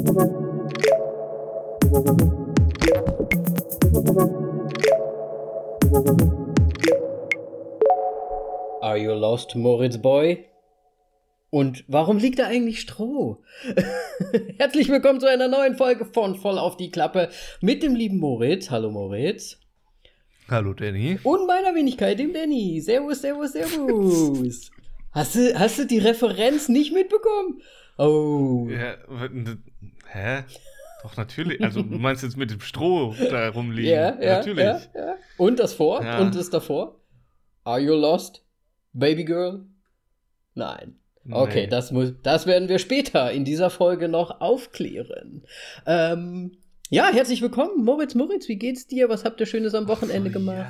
Are you lost, Moritz Boy? Und warum liegt da eigentlich Stroh? Herzlich willkommen zu einer neuen Folge von Voll auf die Klappe mit dem lieben Moritz. Hallo Moritz. Hallo Danny. Und meiner Wenigkeit, dem Danny. Servus, servus, servus. Hast du die Referenz nicht mitbekommen? Oh. Ja, hä? Doch, natürlich. Also, du meinst jetzt mit dem Stroh da rumliegen. Ja, natürlich. Ja. Und das vor? Ja. Und das davor? Are you lost, baby girl? Nein. Okay, Nee. das werden wir später in dieser Folge noch aufklären. Ja, herzlich willkommen. Moritz, wie geht's dir? Was habt ihr Schönes am Wochenende gemacht?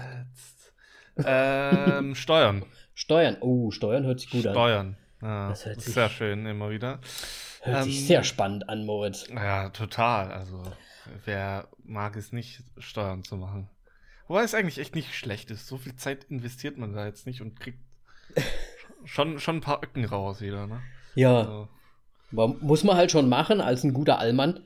Steuern. Steuern. Oh, Steuern hört sich gut an. Steuern. Ja, Das hört sich- sehr schön, immer wieder. Hört sich sehr spannend an, Moritz. Ja, total. Also, wer mag es nicht, Steuern zu machen? Wobei es eigentlich echt nicht schlecht ist. So viel Zeit investiert man da jetzt nicht und kriegt schon ein paar Öcken raus wieder, ne? Ja, Also, aber muss man halt schon machen als ein guter Allmann.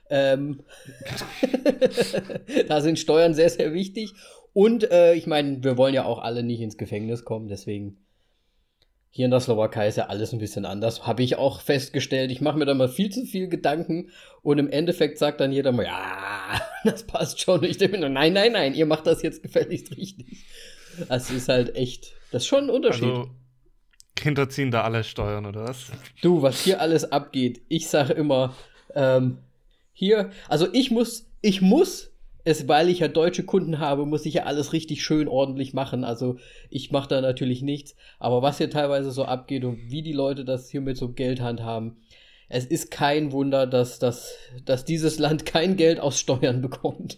Da sind Steuern sehr, sehr wichtig. Und ich meine, wir wollen ja auch alle nicht ins Gefängnis kommen, deswegen hier in der Slowakei ist ja alles ein bisschen anders. Habe ich auch festgestellt. Ich mache mir da mal viel zu viel Gedanken und im Endeffekt sagt dann jeder mal, ja, das passt schon. Ich denke mir, nein, ihr macht das jetzt gefälligst richtig. Das ist halt echt, das ist schon ein Unterschied. also Kinder ziehen da alle Steuern, oder was? Du, was hier alles abgeht, ich sage immer, hier, also ich muss es, weil ich ja deutsche Kunden habe, muss ich ja alles richtig schön ordentlich machen. Also ich mache da natürlich nichts. Aber was hier teilweise so abgeht und wie die Leute das hier mit so Geld handhaben, es ist kein Wunder, dass dieses Land kein Geld aus Steuern bekommt.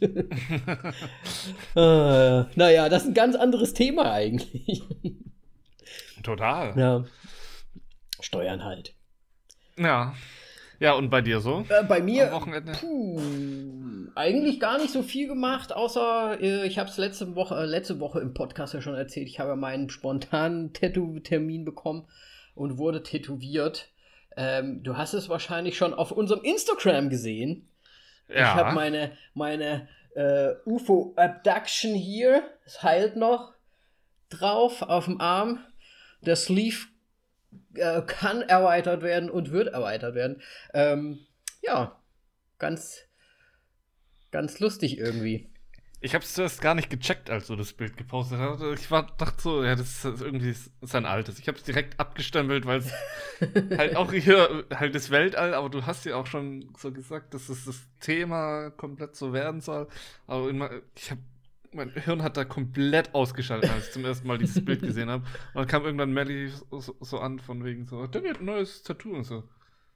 Naja, das ist ein ganz anderes Thema eigentlich. Total. Ja. Steuern halt. Ja. Ja, und bei dir so? Bei mir, Am Wochenende? eigentlich gar nicht so viel gemacht, außer ich habe es letzte Woche im Podcast ja schon erzählt. Ich habe ja meinen spontanen Tattoo-Termin bekommen und wurde tätowiert. Du hast es wahrscheinlich schon auf unserem Instagram gesehen. Ja. Ich habe meine UFO-Abduction hier, es heilt noch, drauf auf dem Arm. Der Sleeve kann erweitert werden und wird erweitert werden. Ja, ganz lustig irgendwie. Ich habe es zuerst gar nicht gecheckt, als du das Bild gepostet hast. Ich dachte so, ja, das ist irgendwie sein altes. Ich habe es direkt abgestempelt, weil es halt auch hier halt das Weltall, aber du hast ja auch schon so gesagt, dass es das Thema komplett so werden soll. Aber mein Hirn hat da komplett ausgeschaltet, als ich zum ersten Mal dieses Bild gesehen habe. Und dann kam irgendwann Melly so an, von wegen so, der hat ein neues Tattoo und so.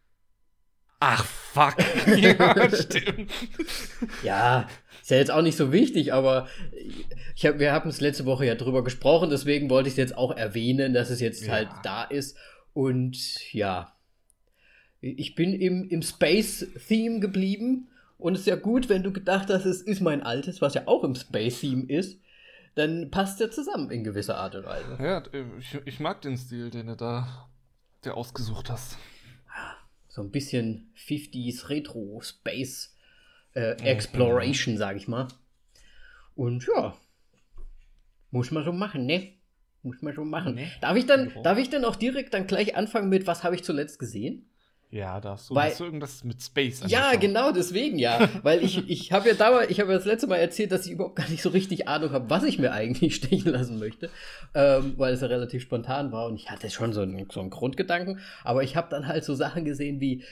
Ach, fuck. Ja, stimmt. Ja, ist ja jetzt auch nicht so wichtig, aber wir haben es letzte Woche ja drüber gesprochen, deswegen wollte ich es jetzt auch erwähnen, dass es jetzt halt da ist. Und ja, ich bin im Space-Theme geblieben. Und es ist ja gut, wenn du gedacht hast, es ist mein altes, was ja auch im Space-Theme ist, dann passt ja zusammen in gewisser Art und Weise. Ja, ich mag den Stil, den du dir ausgesucht hast. So ein bisschen 50s Retro Space Exploration, sag ich mal. Und ja, muss man so machen, ne? Muss man so machen. Ne? Darf ich dann auch direkt dann gleich anfangen mit, was habe ich zuletzt gesehen? Ja, darfst du. Weil- Hast du irgendwas mit Space Ja, angeschaut? genau, deswegen ja. Weil ich habe ja das letzte Mal erzählt, dass ich überhaupt gar nicht so richtig Ahnung habe, was ich mir eigentlich stechen lassen möchte. Weil es ja relativ spontan war und ich hatte schon so einen Grundgedanken. Aber ich habe dann halt so Sachen gesehen wie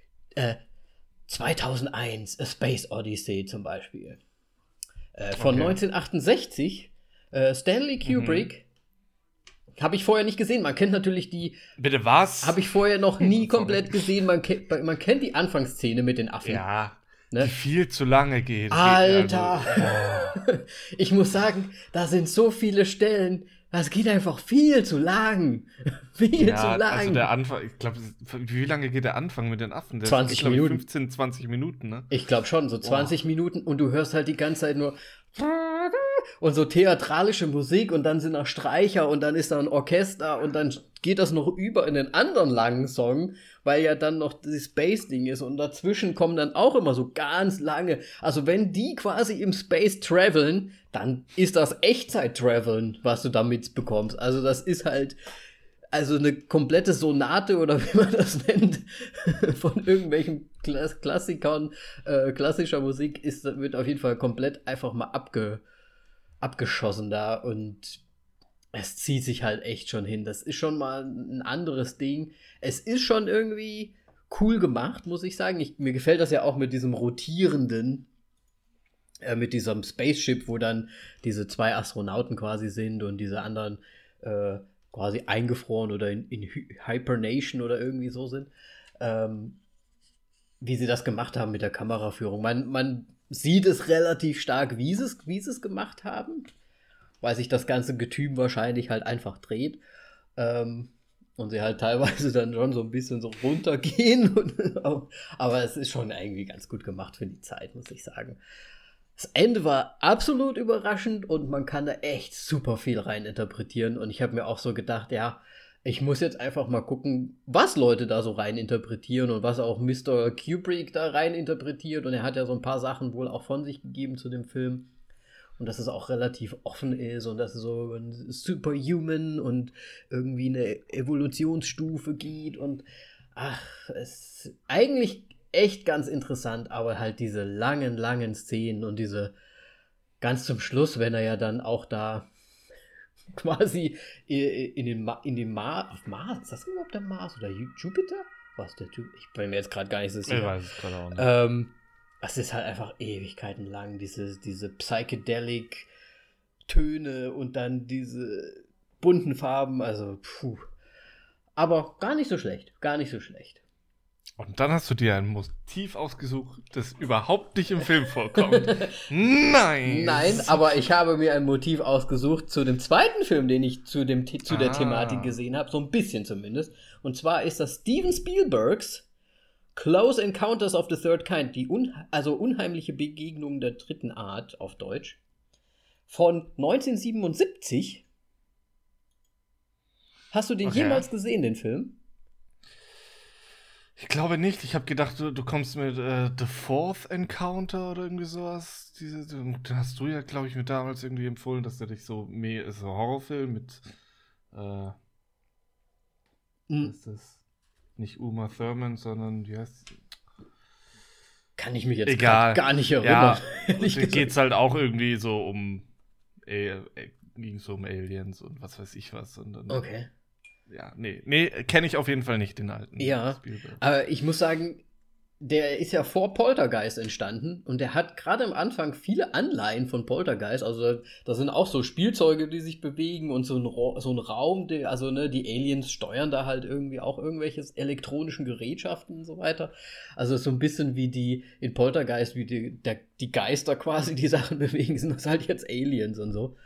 2001, A Space Odyssey zum Beispiel. Von Okay. 1968, Stanley Kubrick. Habe ich vorher nicht gesehen. Man kennt natürlich die. Bitte was? Habe ich vorher noch nie Sorry. komplett gesehen. Man kennt die Anfangsszene mit den Affen. Ja, Ne? die viel zu lange geht. Alter! Also, Ich muss sagen, da sind so viele Stellen. Das geht einfach viel zu lang. Viel ja, zu lang. also der Anfang, ich glaube, wie lange geht der Anfang mit den Affen? Der 20 ist, glaub ich, Minuten. 15, 20 Minuten, ne? Ich glaube schon, so 20 Minuten und du hörst halt die ganze Zeit nur. und so theatralische Musik und dann sind da Streicher und dann ist da ein Orchester und dann geht das noch über in den anderen langen Song, weil ja dann noch das Space-Ding ist und dazwischen kommen dann auch immer so ganz lange, also wenn die quasi im Space traveln, dann ist das Echtzeit-Traveln, was du da mitbekommst. Also das ist halt also eine komplette Sonate oder wie man das nennt, von irgendwelchen Klassikern, klassischer Musik wird auf jeden Fall komplett einfach mal abgeschossen da und es zieht sich halt echt schon hin. Das ist schon mal ein anderes Ding. Es ist schon irgendwie cool gemacht, muss ich sagen. Mir gefällt das ja auch mit diesem rotierenden, mit diesem Spaceship, wo dann diese 2 Astronauten quasi sind und diese anderen quasi eingefroren oder in Hibernation oder irgendwie so sind. Wie sie das gemacht haben mit der Kameraführung. Man sieht es relativ stark, wie sie es gemacht haben, weil sich das ganze Getüm wahrscheinlich halt einfach dreht. Und sie halt teilweise dann schon so ein bisschen so runtergehen. Aber es ist schon irgendwie ganz gut gemacht für die Zeit, muss ich sagen. Das Ende war absolut überraschend und man kann da echt super viel rein interpretieren. Und ich habe mir auch so gedacht, ja, ich muss jetzt einfach mal gucken, was Leute da so rein interpretieren und was auch Mr. Kubrick da rein interpretiert. Und er hat ja so ein paar Sachen wohl auch von sich gegeben zu dem Film. Und dass es auch relativ offen ist und dass es so ein Superhuman und irgendwie eine Evolutionsstufe geht. Und es ist eigentlich echt ganz interessant, aber halt diese langen Szenen und diese ganz zum Schluss, wenn er ja dann auch da quasi auf Mars, ist das überhaupt der Mars oder Jupiter? Was der Typ? Ich bin mir jetzt gerade gar nicht so sicher. Ich weiß es gerade auch nicht. Es ist halt einfach Ewigkeiten lang, diese psychedelic Töne und dann diese bunten Farben, also aber gar nicht so schlecht. Und dann hast du dir ein Motiv ausgesucht, das überhaupt nicht im Film vorkommt. Nein, aber ich habe mir ein Motiv ausgesucht zu dem zweiten Film, den ich zu der Thematik gesehen habe, so ein bisschen zumindest. Und zwar ist das Steven Spielbergs Close Encounters of the Third Kind, also unheimliche Begegnungen der dritten Art auf Deutsch, von 1977. Hast du den jemals gesehen, den Film? Ich glaube nicht. Ich habe gedacht, du kommst mit The Fourth Encounter oder irgendwie sowas. Den hast du ja, glaube ich, mir damals irgendwie empfohlen, dass der dich so mehr ist, so Horrorfilm mit ist das nicht Uma Thurman, sondern wie heißt kann ich mich jetzt gar nicht erinnern. Ja, da geht's halt auch irgendwie so um ging so um Aliens und was weiß ich was. Und dann, okay. Ja, nee, kenne ich auf jeden Fall nicht, den alten. Ja, aber ich muss sagen, der ist ja vor Poltergeist entstanden und der hat gerade am Anfang viele Anleihen von Poltergeist, also da sind auch so Spielzeuge, die sich bewegen und so ein Raum, die Aliens steuern da halt irgendwie auch irgendwelche elektronischen Gerätschaften und so weiter. Also so ein bisschen wie die in Poltergeist, wie die Geister quasi die Sachen bewegen, sind das halt jetzt Aliens und so.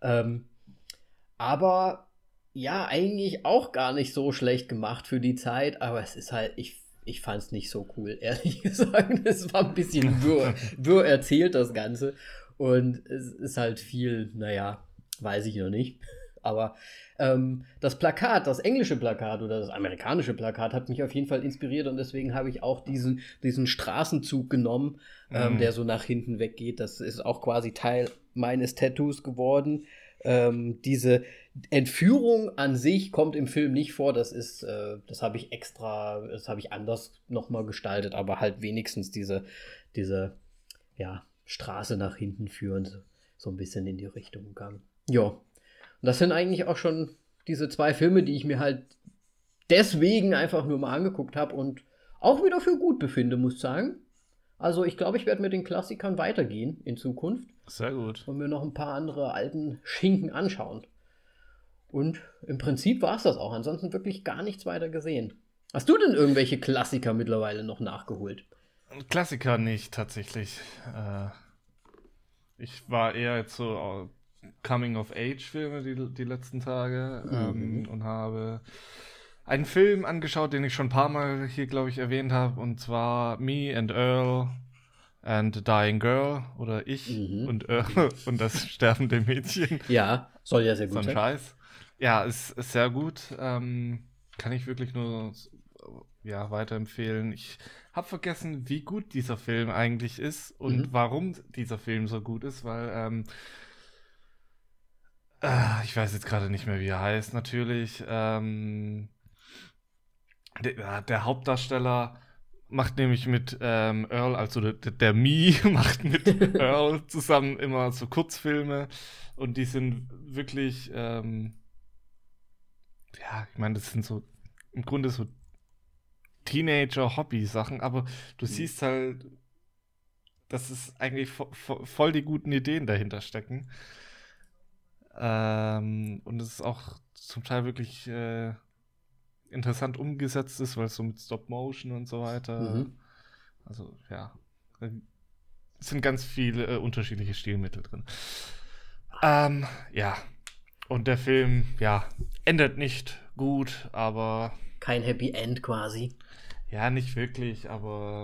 Aber ja, eigentlich auch gar nicht so schlecht gemacht für die Zeit, aber es ist halt, ich fand es nicht so cool, ehrlich gesagt. Es war ein bisschen wirr erzählt, das Ganze. Und es ist halt viel, weiß ich noch nicht. Aber das Plakat, das englische Plakat oder das amerikanische Plakat hat mich auf jeden Fall inspiriert und deswegen habe ich auch diesen Straßenzug genommen, der so nach hinten weggeht. Das ist auch quasi Teil meines Tattoos geworden. Diese Entführung an sich kommt im Film nicht vor, das habe ich anders nochmal gestaltet, aber halt wenigstens diese Straße nach hinten führen, so ein bisschen in die Richtung gegangen. Ja, und das sind eigentlich auch schon diese 2 Filme, die ich mir halt deswegen einfach nur mal angeguckt habe und auch wieder für gut befinde, muss ich sagen. Also ich glaube, ich werde mit den Klassikern weitergehen in Zukunft. Sehr gut. Und mir noch ein paar andere alten Schinken anschauen. Und im Prinzip war es das auch. Ansonsten wirklich gar nichts weiter gesehen. Hast du denn irgendwelche Klassiker mittlerweile noch nachgeholt? Klassiker nicht, tatsächlich. Ich war eher jetzt so Coming-of-Age-Filme die letzten Tage und habe einen Film angeschaut, den ich schon ein paar Mal hier, glaube ich, erwähnt habe, und zwar Me and Earl and a Dying Girl oder Ich und das sterbende Mädchen. Ja, soll ja sehr gut So ein sein. Scheiß. Ja, ist sehr gut. Kann ich wirklich nur weiterempfehlen. Ich habe vergessen, wie gut dieser Film eigentlich ist und warum dieser Film so gut ist, weil ich weiß jetzt gerade nicht mehr, wie er heißt, natürlich. Der Hauptdarsteller macht nämlich mit Earl, also der Me, macht mit Earl zusammen immer so Kurzfilme und die sind wirklich, ich meine, das sind so im Grunde so Teenager-Hobby-Sachen, aber du siehst halt, dass es eigentlich voll die guten Ideen dahinter stecken. Und es ist auch zum Teil wirklich interessant umgesetzt ist, weil es so mit Stop-Motion und so weiter. Also, ja. Es sind ganz viele unterschiedliche Stilmittel drin. Ja. Und der Film, endet nicht gut, aber. Kein Happy End quasi. Ja, nicht wirklich, aber.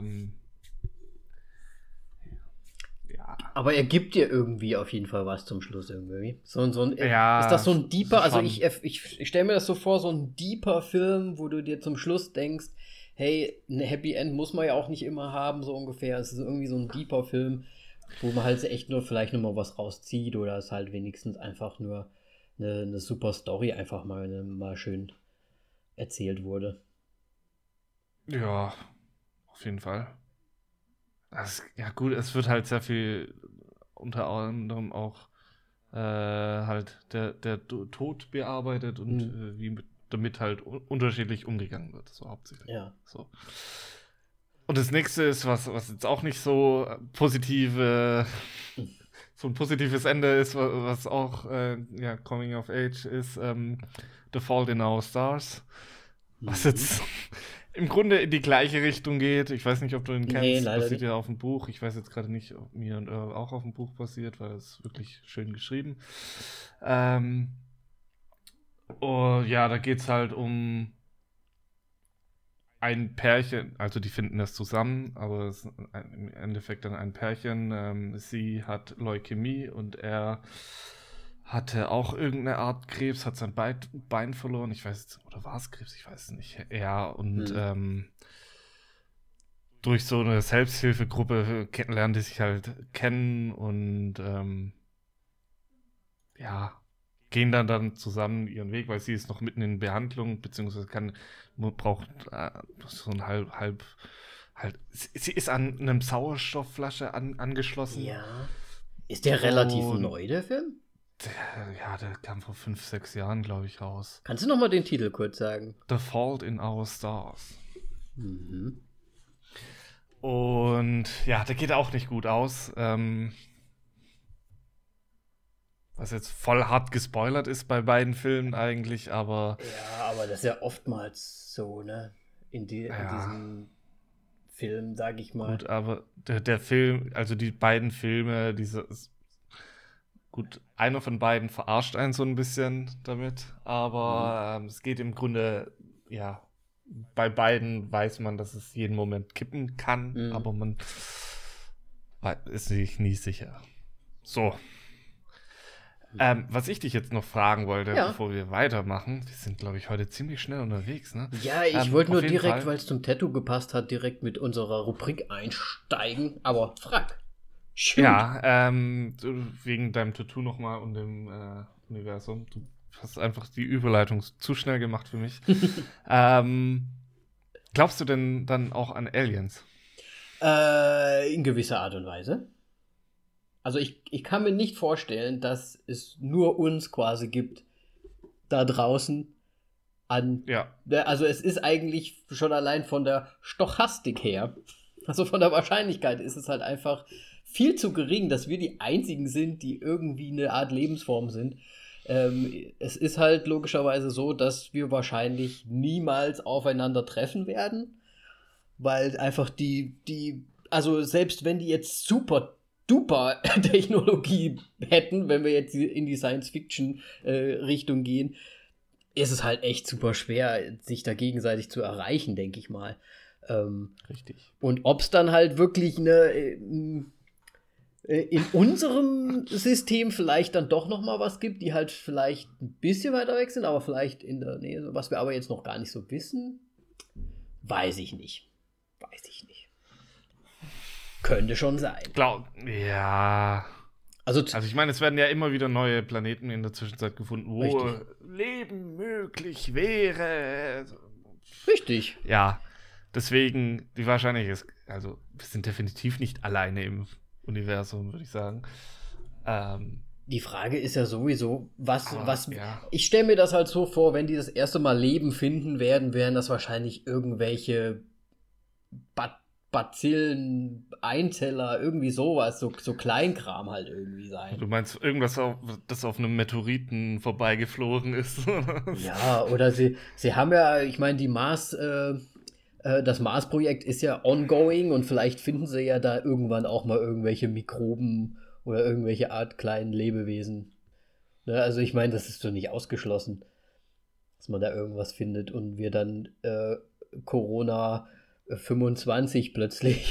Aber er gibt dir irgendwie auf jeden Fall was zum Schluss irgendwie. Ist Ja, das so ein deeper, also schon. ich stelle mir das so vor, so ein deeper Film, wo du dir zum Schluss denkst, hey, ein Happy End muss man ja auch nicht immer haben, so ungefähr. Es ist irgendwie so ein deeper Film, wo man halt echt nur vielleicht noch mal was rauszieht oder es halt wenigstens einfach nur eine super Story einfach mal schön erzählt wurde. Ja, auf jeden Fall. Ja gut, es wird halt sehr viel unter anderem auch halt der Tod bearbeitet und wie damit halt unterschiedlich umgegangen wird, so hauptsächlich. Ja. So. Und das nächste ist, was jetzt auch nicht so so ein positives Ende ist, was auch Coming of Age ist, The Fault in Our Stars. Was jetzt im Grunde in die gleiche Richtung geht. Ich weiß nicht, ob du ihn kennst. Nee, leider basiert nicht. ja auf dem Buch. Ich weiß jetzt gerade nicht, ob mir und Earl auch auf dem Buch basiert, weil es wirklich schön geschrieben. Da geht es halt um ein Pärchen, also die finden das zusammen, aber es ist im Endeffekt dann ein Pärchen. Sie hat Leukämie und er hatte auch irgendeine Art Krebs, hat sein Bein verloren. Ich weiß jetzt, oder war es Krebs? Ich weiß es nicht. Ja, und durch so eine Selbsthilfegruppe lernen die sich halt kennen und gehen dann zusammen ihren Weg, weil sie ist noch mitten in Behandlung, beziehungsweise braucht so ein halb sie ist an einem Sauerstoffflasche angeschlossen. Ja. Ist der relativ neu, der Film? Der kam vor 5, 6 Jahren, glaube ich, raus. Kannst du noch mal den Titel kurz sagen? The Fault in Our Stars. Mhm. Und ja, der geht auch nicht gut aus. Was jetzt voll hart gespoilert ist bei beiden Filmen eigentlich, aber... Ja, aber das ist ja oftmals so, ne? In diesem Film, sag ich mal. Gut, aber der Film, also die beiden Filme, gut, einer von beiden verarscht einen so ein bisschen damit, aber es geht im Grunde, bei beiden weiß man, dass es jeden Moment kippen kann, aber man ist sich nie sicher. So. Was ich dich jetzt noch fragen wollte, bevor wir weitermachen, wir sind, glaube ich, heute ziemlich schnell unterwegs, ne? Ja, ich wollte nur direkt, weil es zum Tattoo gepasst hat, direkt mit unserer Rubrik einsteigen, aber frag. Shoot. Ja, wegen deinem Tattoo nochmal und dem Universum. Du hast einfach die Überleitung zu schnell gemacht für mich. Glaubst du denn dann auch an Aliens? In gewisser Art und Weise. Also ich kann mir nicht vorstellen, dass es nur uns quasi gibt da draußen also es ist eigentlich schon allein von der Stochastik her, also von der Wahrscheinlichkeit ist es halt einfach viel zu gering, dass wir die einzigen sind, die irgendwie eine Art Lebensform sind. Es ist halt logischerweise so, dass wir wahrscheinlich niemals aufeinander treffen werden, weil einfach also selbst wenn die jetzt super duper Technologie hätten, wenn wir jetzt in die Science-Fiction-Richtung gehen, ist es halt echt super schwer, sich da gegenseitig zu erreichen, denke ich mal. Richtig. Und ob es dann halt wirklich in unserem System vielleicht dann doch noch mal was gibt, die halt vielleicht ein bisschen weiter weg sind, aber vielleicht in der Nähe, was wir aber jetzt noch gar nicht so wissen, weiß ich nicht. Könnte schon sein. Ja. Also ich meine, es werden ja immer wieder neue Planeten in der Zwischenzeit gefunden, wo richtig. Leben möglich wäre. Richtig. Ja, deswegen, die Wahrscheinlichkeit ist, also wir sind definitiv nicht alleine im Universum, würde ich sagen. Die Frage ist ja sowieso, was ja. Ich stelle mir das halt so vor, wenn die das erste Mal Leben finden werden, wären das wahrscheinlich irgendwelche Bazillen, Einzeller, irgendwie sowas, so Kleinkram halt irgendwie sein. Du meinst irgendwas, das auf einem Meteoriten vorbeigeflogen ist? Ja, oder sie haben ja, ich meine, das Mars-Projekt ist ja ongoing und vielleicht finden sie ja da irgendwann auch mal irgendwelche Mikroben oder irgendwelche Art kleinen Lebewesen. Ne, also ich meine, das ist so nicht ausgeschlossen, dass man da irgendwas findet und wir dann Corona 25 plötzlich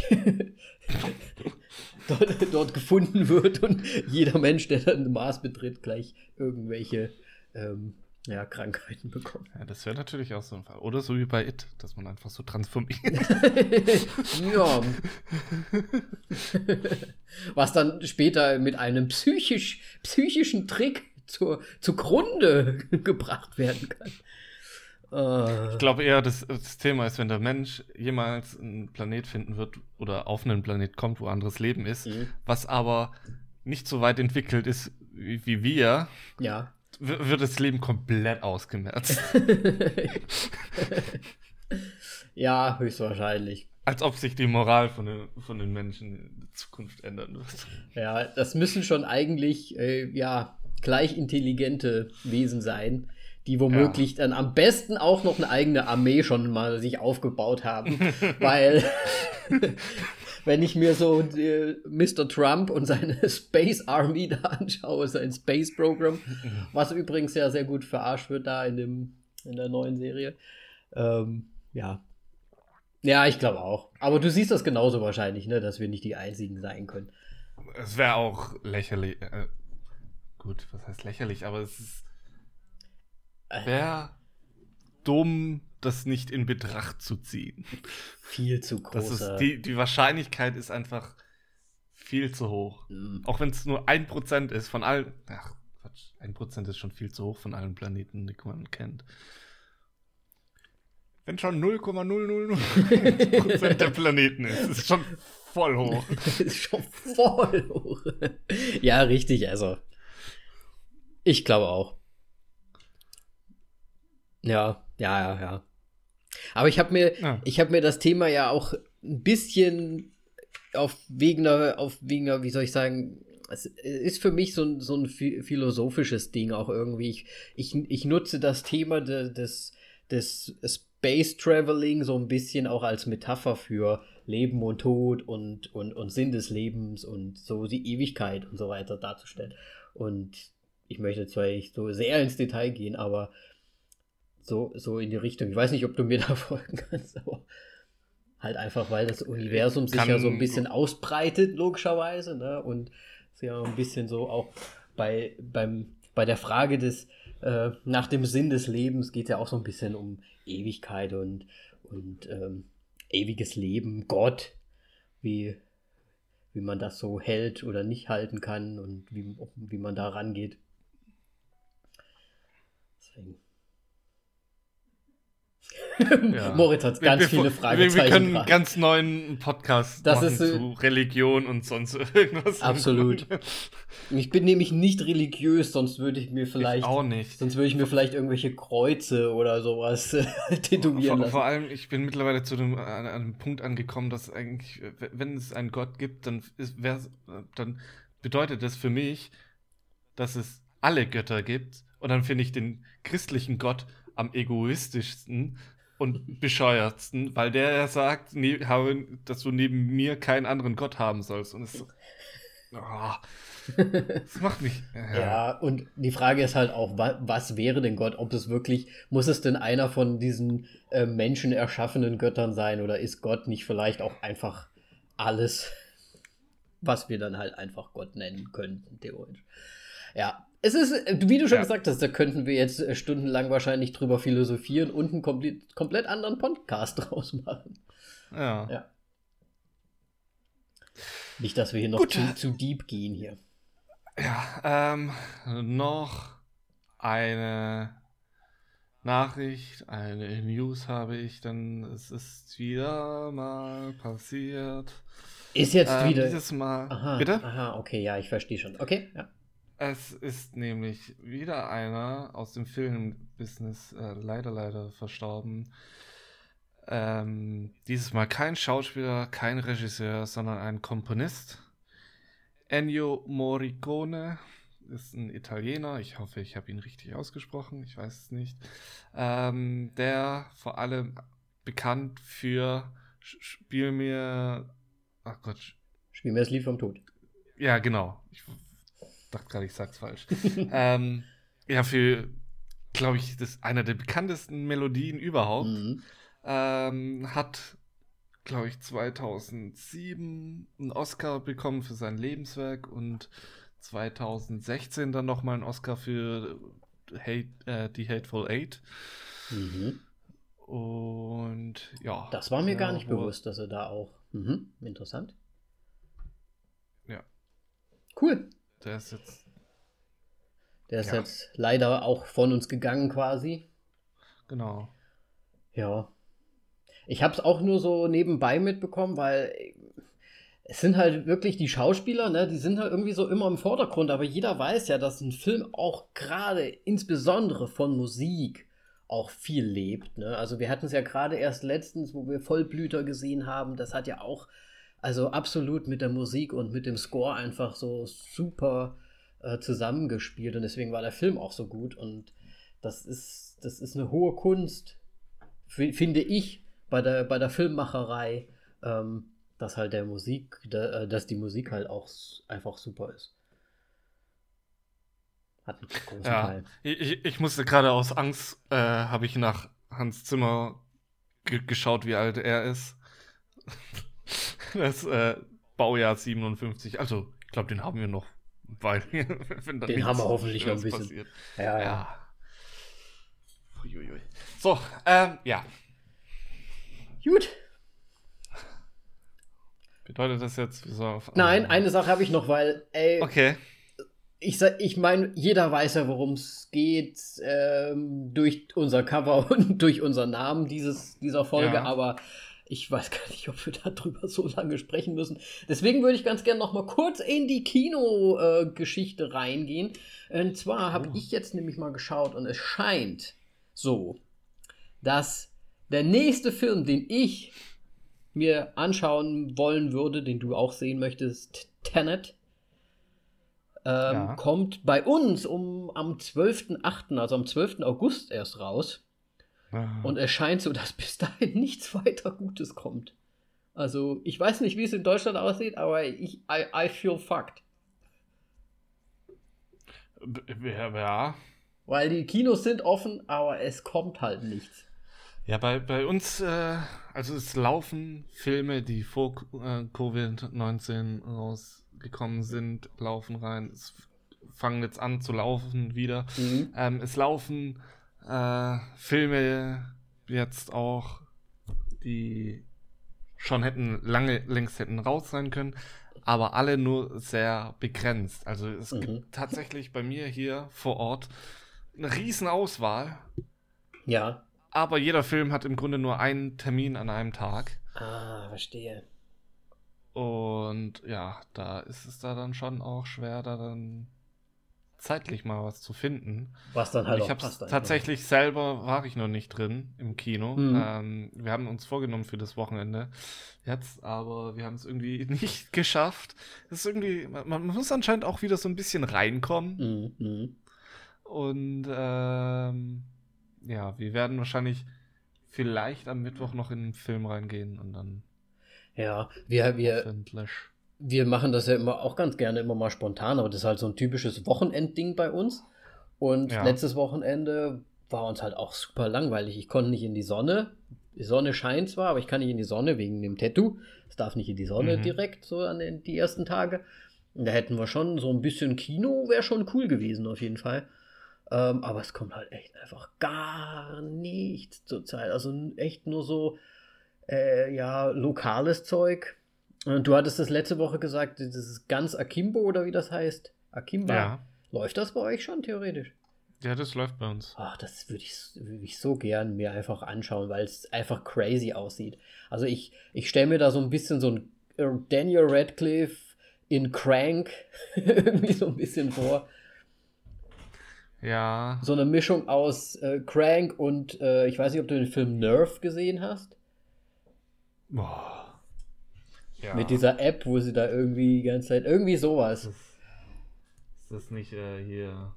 dort gefunden wird und jeder Mensch, der dann den Mars betritt, gleich irgendwelche Krankheiten bekommt. Ja, das wäre natürlich auch so ein Fall. Oder so wie bei It, dass man einfach so transformiert. Ja. Was dann später mit einem psychischen Trick zugrunde gebracht werden kann. Ich glaube eher, das Thema ist, wenn der Mensch jemals einen Planet finden wird oder auf einen Planet kommt, wo anderes Leben ist, was aber nicht so weit entwickelt ist wie wir, ja. Wird das Leben komplett ausgemerzt. Ja, höchstwahrscheinlich. Als ob sich die Moral von den Menschen in der Zukunft ändern wird. Ja, das müssen schon eigentlich gleich intelligente Wesen sein, die womöglich dann am besten auch noch eine eigene Armee schon mal sich aufgebaut haben. Weil, wenn ich mir so Mr. Trump und seine Space Army da anschaue, sein Space Program, was übrigens ja sehr gut verarscht wird da in der neuen Serie. Ja, ich glaube auch. Aber du siehst das genauso wahrscheinlich, ne, dass wir nicht die Einzigen sein können. Es wäre auch lächerlich. Gut, was heißt lächerlich? Aber es wäre dumm, das nicht in Betracht zu ziehen. Viel zu groß. Die Wahrscheinlichkeit ist einfach viel zu hoch. Auch wenn es nur 1% ist von allen. Ach, Quatsch. 1% ist schon viel zu hoch von allen Planeten, die man kennt. Wenn schon 0,000% der Planeten ist schon voll hoch. Ist schon voll hoch. Ja, richtig, also. Ich glaube auch. Ja. Aber ich habe mir das Thema ja auch ein bisschen auf wegen einer, wie soll ich sagen, es ist für mich so ein philosophisches Ding auch irgendwie. Ich nutze das Thema des Space Traveling so ein bisschen auch als Metapher für Leben und Tod und Sinn des Lebens und so die Ewigkeit und so weiter darzustellen. Und ich möchte zwar nicht so sehr ins Detail gehen, aber so in die Richtung. Ich weiß nicht, ob du mir da folgen kannst, aber halt einfach, weil das Universum sich ja so ein bisschen ausbreitet, logischerweise, ne? Und es ja ein bisschen so auch bei der Frage des nach dem Sinn des Lebens geht es ja auch so ein bisschen um Ewigkeit und ewiges Leben, Gott, wie man das so hält oder nicht halten kann und wie man da rangeht. Deswegen. Ja. Moritz hat ganz viele Fragezeichen. Wir können einen ganz neuen Podcast machen zu Religion und sonst irgendwas. Absolut. Ich bin nämlich nicht religiös, sonst würde ich mir vielleicht irgendwelche Kreuze oder sowas tätowieren lassen. Vor allem, ich bin mittlerweile an einem Punkt angekommen, dass eigentlich, wenn es einen Gott gibt, dann bedeutet das für mich, dass es alle Götter gibt. Und dann finde ich den christlichen Gott am egoistischsten und bescheuertsten, weil der sagt, dass du neben mir keinen anderen Gott haben sollst. Und Das macht mich. Ja, und die Frage ist halt auch, was wäre denn Gott? Ob es wirklich, muss es denn einer von diesen Menschen erschaffenen Göttern sein oder ist Gott nicht vielleicht auch einfach alles, was wir dann halt einfach Gott nennen könnten, theoretisch? Ja, es ist, wie du schon gesagt hast, da könnten wir jetzt stundenlang wahrscheinlich drüber philosophieren und einen komplett anderen Podcast draus machen. Ja. Nicht, dass wir hier noch zu deep gehen hier. Ja, noch eine Nachricht, eine News habe ich, denn es ist wieder mal passiert. Ist jetzt wieder. Dieses Mal. Aha, bitte? Aha, okay, ja, ich verstehe schon. Okay, ja. Es ist nämlich wieder einer aus dem Filmbusiness leider verstorben. Dieses Mal kein Schauspieler, kein Regisseur, sondern ein Komponist. Ennio Morricone ist ein Italiener. Ich hoffe, ich habe ihn richtig ausgesprochen. Ich weiß es nicht. Der vor allem bekannt für Spiel mir das Lied vom Tod. Ja, genau. Ich dachte gerade, ich sag's falsch. Ja, für, glaube ich, das einer der bekanntesten Melodien überhaupt. Hat, glaube ich, 2007 einen Oscar bekommen für sein Lebenswerk und 2016 dann nochmal einen Oscar für die Hateful Eight. Und ja. Das war mir gar nicht bewusst, dass er da auch. Interessant. Ja. Cool. Der ist jetzt jetzt leider auch von uns gegangen quasi. Genau. Ja. Ich habe es auch nur so nebenbei mitbekommen, weil es sind halt wirklich die Schauspieler, ne, die sind halt irgendwie so immer im Vordergrund, aber jeder weiß ja, dass ein Film auch gerade insbesondere von Musik auch viel lebt, ne? Also wir hatten es ja gerade erst letztens, wo wir Vollblüter gesehen haben, das hat ja auch also absolut mit der Musik und mit dem Score einfach so super zusammengespielt und deswegen war der Film auch so gut und das ist eine hohe Kunst, finde ich, bei der Filmmacherei, dass halt dass die Musik halt auch einfach super ist. Hat einen großen Teil. Ich musste gerade aus Angst, habe ich nach Hans Zimmer geschaut, wie alt er ist. Das Baujahr 57. Also, ich glaube, den haben wir noch, weil wenn dann den haben wir hoffentlich noch ein bisschen. Passiert. Ja. Uiuiui. So, ja. Gut. Bedeutet das jetzt? Nein, eine Sache habe ich noch, weil, okay. Ich meine, jeder weiß ja, worum es geht, durch unser Cover und durch unseren Namen dieser Folge, aber ich weiß gar nicht, ob wir darüber so lange sprechen müssen. Deswegen würde ich ganz gerne noch mal kurz in die Kino-Geschichte reingehen. Und zwar habe ich jetzt nämlich mal geschaut und es scheint so, dass der nächste Film, den ich mir anschauen wollen würde, den du auch sehen möchtest, Tenet, kommt bei uns am 12.8., also am 12. August erst raus. Und es scheint so, dass bis dahin nichts weiter Gutes kommt. Also, ich weiß nicht, wie es in Deutschland aussieht, aber I feel fucked. Ja. Weil die Kinos sind offen, aber es kommt halt nichts. Ja, bei uns, also es laufen Filme, die vor Covid-19 rausgekommen sind, laufen rein. Es fangen jetzt an zu laufen wieder. Es laufen Filme jetzt auch, die schon längst hätten raus sein können, aber alle nur sehr begrenzt. Also es gibt tatsächlich bei mir hier vor Ort eine riesen Auswahl. Ja. Aber jeder Film hat im Grunde nur einen Termin an einem Tag. Ah, verstehe. Und ja, da ist es da dann schon auch schwer, da dann zeitlich mal was zu finden. Was dann halt auch passt. Tatsächlich selber war ich noch nicht drin im Kino. Wir haben uns vorgenommen für das Wochenende jetzt, aber wir haben es irgendwie nicht geschafft. Es ist irgendwie, man muss anscheinend auch wieder so ein bisschen reinkommen. Und ja, wir werden wahrscheinlich vielleicht am Mittwoch noch in den Film reingehen und dann ja, wir wir machen das ja immer auch ganz gerne immer mal spontan, aber das ist halt so ein typisches Wochenendding bei uns. Und Ja. letztes Wochenende war uns halt auch super langweilig. Ich konnte nicht in die Sonne. Die Sonne scheint zwar, aber ich kann nicht in die Sonne wegen dem Tattoo. Es darf nicht in die Sonne direkt, so an die ersten Tage. Und da hätten wir schon so ein bisschen Kino, wäre schon cool gewesen auf jeden Fall. Aber es kommt halt echt einfach gar nichts zur Zeit. Also echt nur so, lokales Zeug. Und du hattest das letzte Woche gesagt, das ist ganz Akimbo oder wie das heißt. Akimba. Ja. Läuft das bei euch schon theoretisch? Ja, das läuft bei uns. Ach, das würd ich so gern mir einfach anschauen, weil es einfach crazy aussieht. Also ich stelle mir da so ein bisschen so ein Daniel Radcliffe in Crank irgendwie so ein bisschen vor. Ja. So eine Mischung aus Crank und ich weiß nicht, ob du den Film Nerve gesehen hast. Boah. Ja. Mit dieser App, wo sie da irgendwie die ganze Zeit irgendwie sowas. Ist das nicht hier.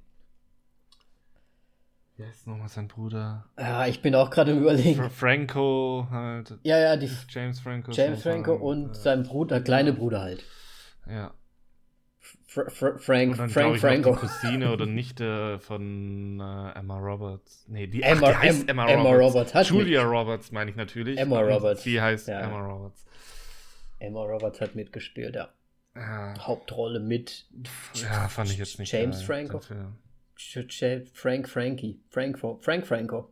Wie heißt nochmal sein Bruder? Ja, ich bin auch gerade im Überlegen. Franco halt. Ja, die James Franco. James Franco und sein Bruder, kleine Bruder halt. Ja. Frank und dann, Franco. Die Cousine oder Nichte von Emma Roberts. Nee, die heißt Emma Roberts. Julia Roberts meine ich natürlich. Emma Roberts. Sie heißt Ja. Emma Roberts. Emma Roberts hat mitgespielt, ja. Ja. Hauptrolle mit Ja, fand ich jetzt nicht James geil, Franco. den Film. Frank Franco.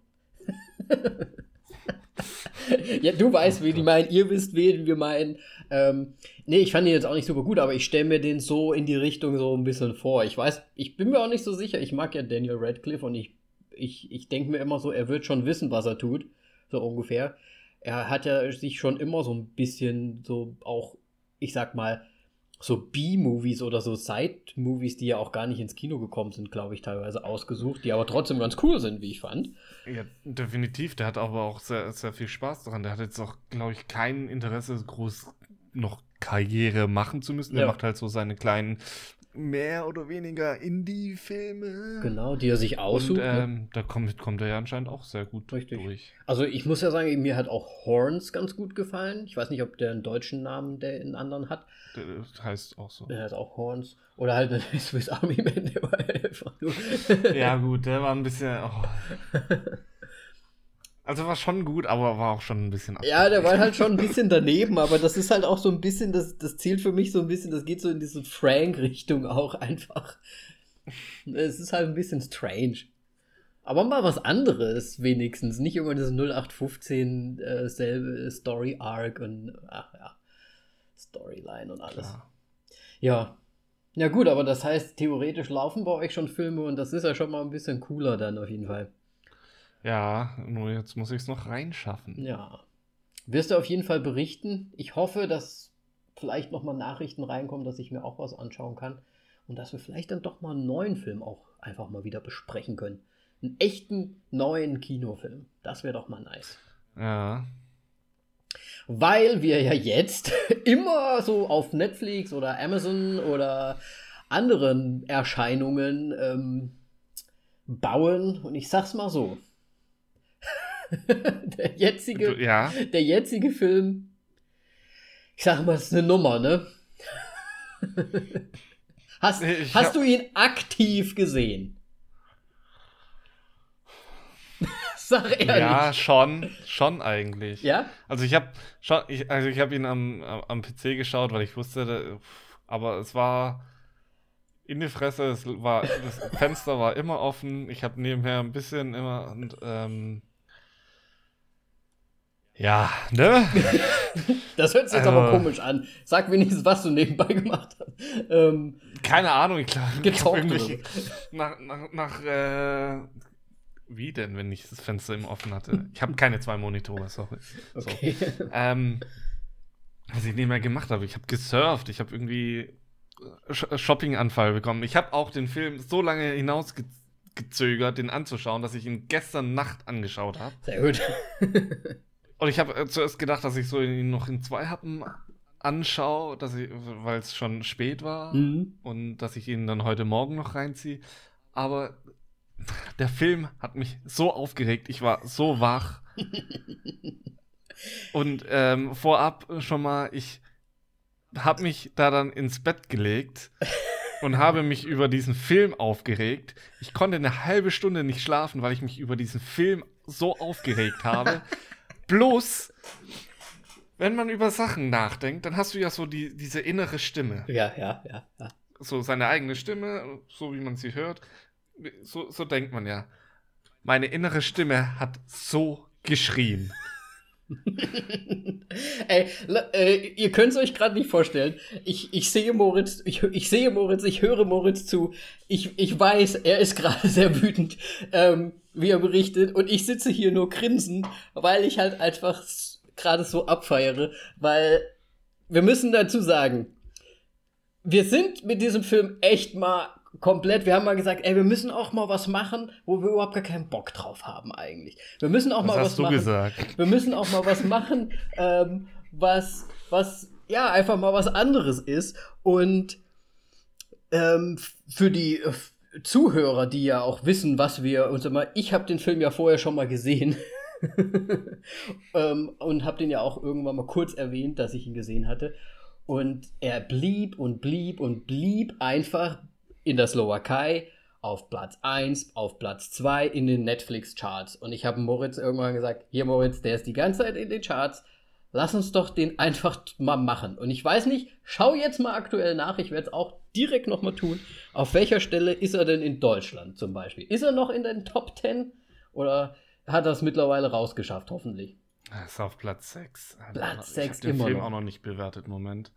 Ja, du weißt, wie die meinen, ihr wisst, wen wir meinen. Nee, ich fand ihn jetzt auch nicht super gut, aber ich stelle mir den so in die Richtung so ein bisschen vor. Ich bin mir auch nicht so sicher. Ich mag ja Daniel Radcliffe und ich denke mir immer so, er wird schon wissen, was er tut. So ungefähr. Er hat ja sich schon immer so ein bisschen so auch, ich sag mal, so B-Movies oder so Side-Movies, die ja auch gar nicht ins Kino gekommen sind, glaube ich, teilweise ausgesucht, die aber trotzdem ganz cool sind, wie ich fand. Ja, definitiv. Der hat aber auch sehr, sehr viel Spaß daran. Der hat jetzt auch, glaube ich, kein Interesse, groß noch Karriere machen zu müssen. Der macht halt so seine kleinen, mehr oder weniger Indie-Filme. Genau, die er sich aussucht. Und da kommt er ja anscheinend auch sehr gut durch. Also ich muss ja sagen, mir hat auch Horns ganz gut gefallen. Ich weiß nicht, ob der einen deutschen Namen, der einen anderen hat. Das heißt auch so. Der heißt auch Horns. Oder halt eine Swiss Army Man, der war einfach nur... Ja gut, der war ein bisschen... Oh. Also war schon gut, aber war auch schon ein bisschen Ja, der war halt schon ein bisschen daneben, aber das ist halt auch so ein bisschen, das zielt für mich so ein bisschen, das geht so in diese Frank-Richtung auch einfach. Es ist halt ein bisschen strange. Aber mal was anderes wenigstens. Nicht immer das 0815 selbe Story-Arc und Storyline und alles. Klar. Ja. Ja gut, aber das heißt, theoretisch laufen bei euch schon Filme und das ist ja schon mal ein bisschen cooler dann auf jeden Fall. Ja, nur jetzt muss ich es noch reinschaffen. Ja. Wirst du auf jeden Fall berichten. Ich hoffe, dass vielleicht nochmal Nachrichten reinkommen, dass ich mir auch was anschauen kann. Und dass wir vielleicht dann doch mal einen neuen Film auch einfach mal wieder besprechen können. Einen echten neuen Kinofilm. Das wäre doch mal nice. Ja. Weil wir ja jetzt immer so auf Netflix oder Amazon oder anderen Erscheinungen bauen. Und ich sag's mal so. Der jetzige Film, ich sag mal, ist eine Nummer, ne? Hast du ihn aktiv gesehen? Sag ehrlich. Ja, schon eigentlich. Ja? Also ich habe ihn am PC geschaut, weil ich wusste, aber es war in die Fresse, das Fenster war immer offen, ich habe nebenher ein bisschen immer und ja, ne? Das hört sich jetzt aber komisch an. Sag wenigstens, was du nebenbei gemacht hast. Keine Ahnung, ich glaube, gezockt wie denn, wenn ich das Fenster immer offen hatte? Ich habe keine 2 Monitore, sorry. Okay. So. Was ich nebenher gemacht habe, ich habe gesurft, ich habe irgendwie Shopping-Anfall bekommen. Ich habe auch den Film so lange hinausgezögert, den anzuschauen, dass ich ihn gestern Nacht angeschaut habe. Sehr gut. Und ich habe zuerst gedacht, dass ich so ihn noch in 2 Happen anschaue, weil es schon spät war und dass ich ihn dann heute Morgen noch reinziehe. Aber der Film hat mich so aufgeregt, ich war so wach. Und vorab schon mal, habe mich da dann ins Bett gelegt und habe mich über diesen Film aufgeregt. Ich konnte eine halbe Stunde nicht schlafen, weil ich mich über diesen Film so aufgeregt habe. Bloß, wenn man über Sachen nachdenkt, dann hast du ja so diese innere Stimme. Ja. So seine eigene Stimme, so wie man sie hört. So denkt man ja. Meine innere Stimme hat so geschrien. Ey, ihr könnt es euch gerade nicht vorstellen. Ich sehe Moritz, ich höre Moritz zu. Ich weiß, er ist gerade sehr wütend, wie er berichtet. Und ich sitze hier nur grinsend, weil ich halt einfach gerade so abfeiere. Weil wir müssen dazu sagen, wir sind mit diesem Film echt mal komplett, wir haben mal gesagt, ey, wir müssen auch mal was machen, wo wir überhaupt gar keinen Bock drauf haben eigentlich. Wir müssen auch mal was machen. Gesagt? Wir müssen auch mal was machen, was ja einfach mal was anderes ist. Und für die Zuhörer, die ja auch wissen, was wir uns immer, ich habe den Film ja vorher schon mal gesehen und habe den ja auch irgendwann mal kurz erwähnt, dass ich ihn gesehen hatte. Und er blieb einfach in der Slowakei auf Platz 1, auf Platz 2 in den Netflix-Charts. Und ich habe Moritz irgendwann gesagt, hier Moritz, der ist die ganze Zeit in den Charts, lass uns doch den einfach mal machen. Und ich weiß nicht, schau jetzt mal aktuell nach, ich werde es auch direkt nochmal tun, auf welcher Stelle ist er denn in Deutschland zum Beispiel? Ist er noch in den Top 10 oder hat er es mittlerweile rausgeschafft, hoffentlich? Er ist auf Platz 6. Platz 6 immer noch. Ich habe den Film auch noch nicht bewertet, Moment.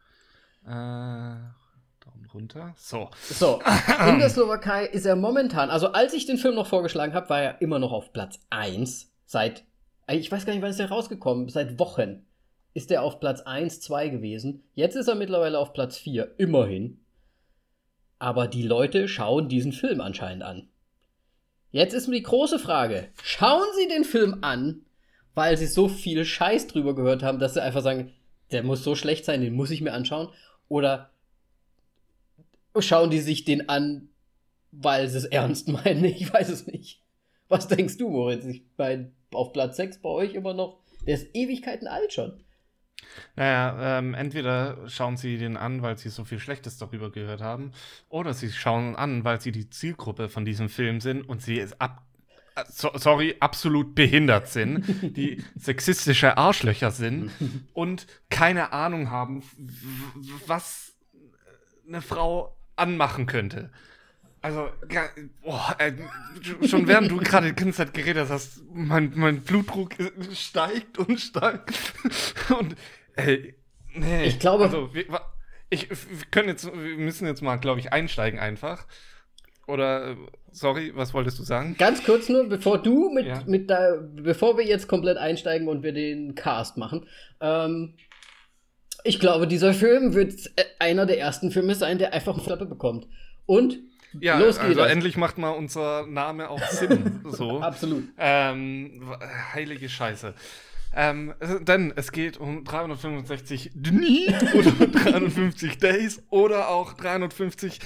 Daumen runter. So, in der Slowakei ist er momentan, also als ich den Film noch vorgeschlagen habe, war er immer noch auf Platz 1. Ich weiß gar nicht, wann ist der rausgekommen, seit Wochen ist er auf Platz 1, 2 gewesen. Jetzt ist er mittlerweile auf Platz 4, immerhin. Aber die Leute schauen diesen Film anscheinend an. Jetzt ist mir die große Frage, schauen sie den Film an, weil sie so viel Scheiß drüber gehört haben, dass sie einfach sagen, der muss so schlecht sein, den muss ich mir anschauen? Oder schauen die sich den an, weil sie es ernst meinen? Ich weiß es nicht. Was denkst du, Moritz? Auf Platz 6 bei euch immer noch. Der ist Ewigkeiten alt schon. Naja, entweder schauen sie den an, weil sie so viel Schlechtes darüber gehört haben, oder sie schauen an, weil sie die Zielgruppe von diesem Film sind und sie ist absolut behindert sind, die sexistische Arschlöcher sind und keine Ahnung haben, was eine Frau anmachen könnte. Also, schon während du gerade die ganze Zeit geredet hast, mein Blutdruck steigt und steigt. Und, nee. Ich glaube... Also, wir müssen jetzt mal, glaube ich, einsteigen einfach. Oder, sorry, was wolltest du sagen? Ganz kurz nur, bevor wir jetzt komplett einsteigen und wir den Cast machen. Ich glaube, dieser Film wird einer der ersten Filme sein, der einfach eine Klappe bekommt. Und ja, los geht also das. Endlich macht mal unser Name auch Sinn. So. Absolut. Heilige Scheiße. Denn es geht um 365 Dni oder 350 Days oder auch 365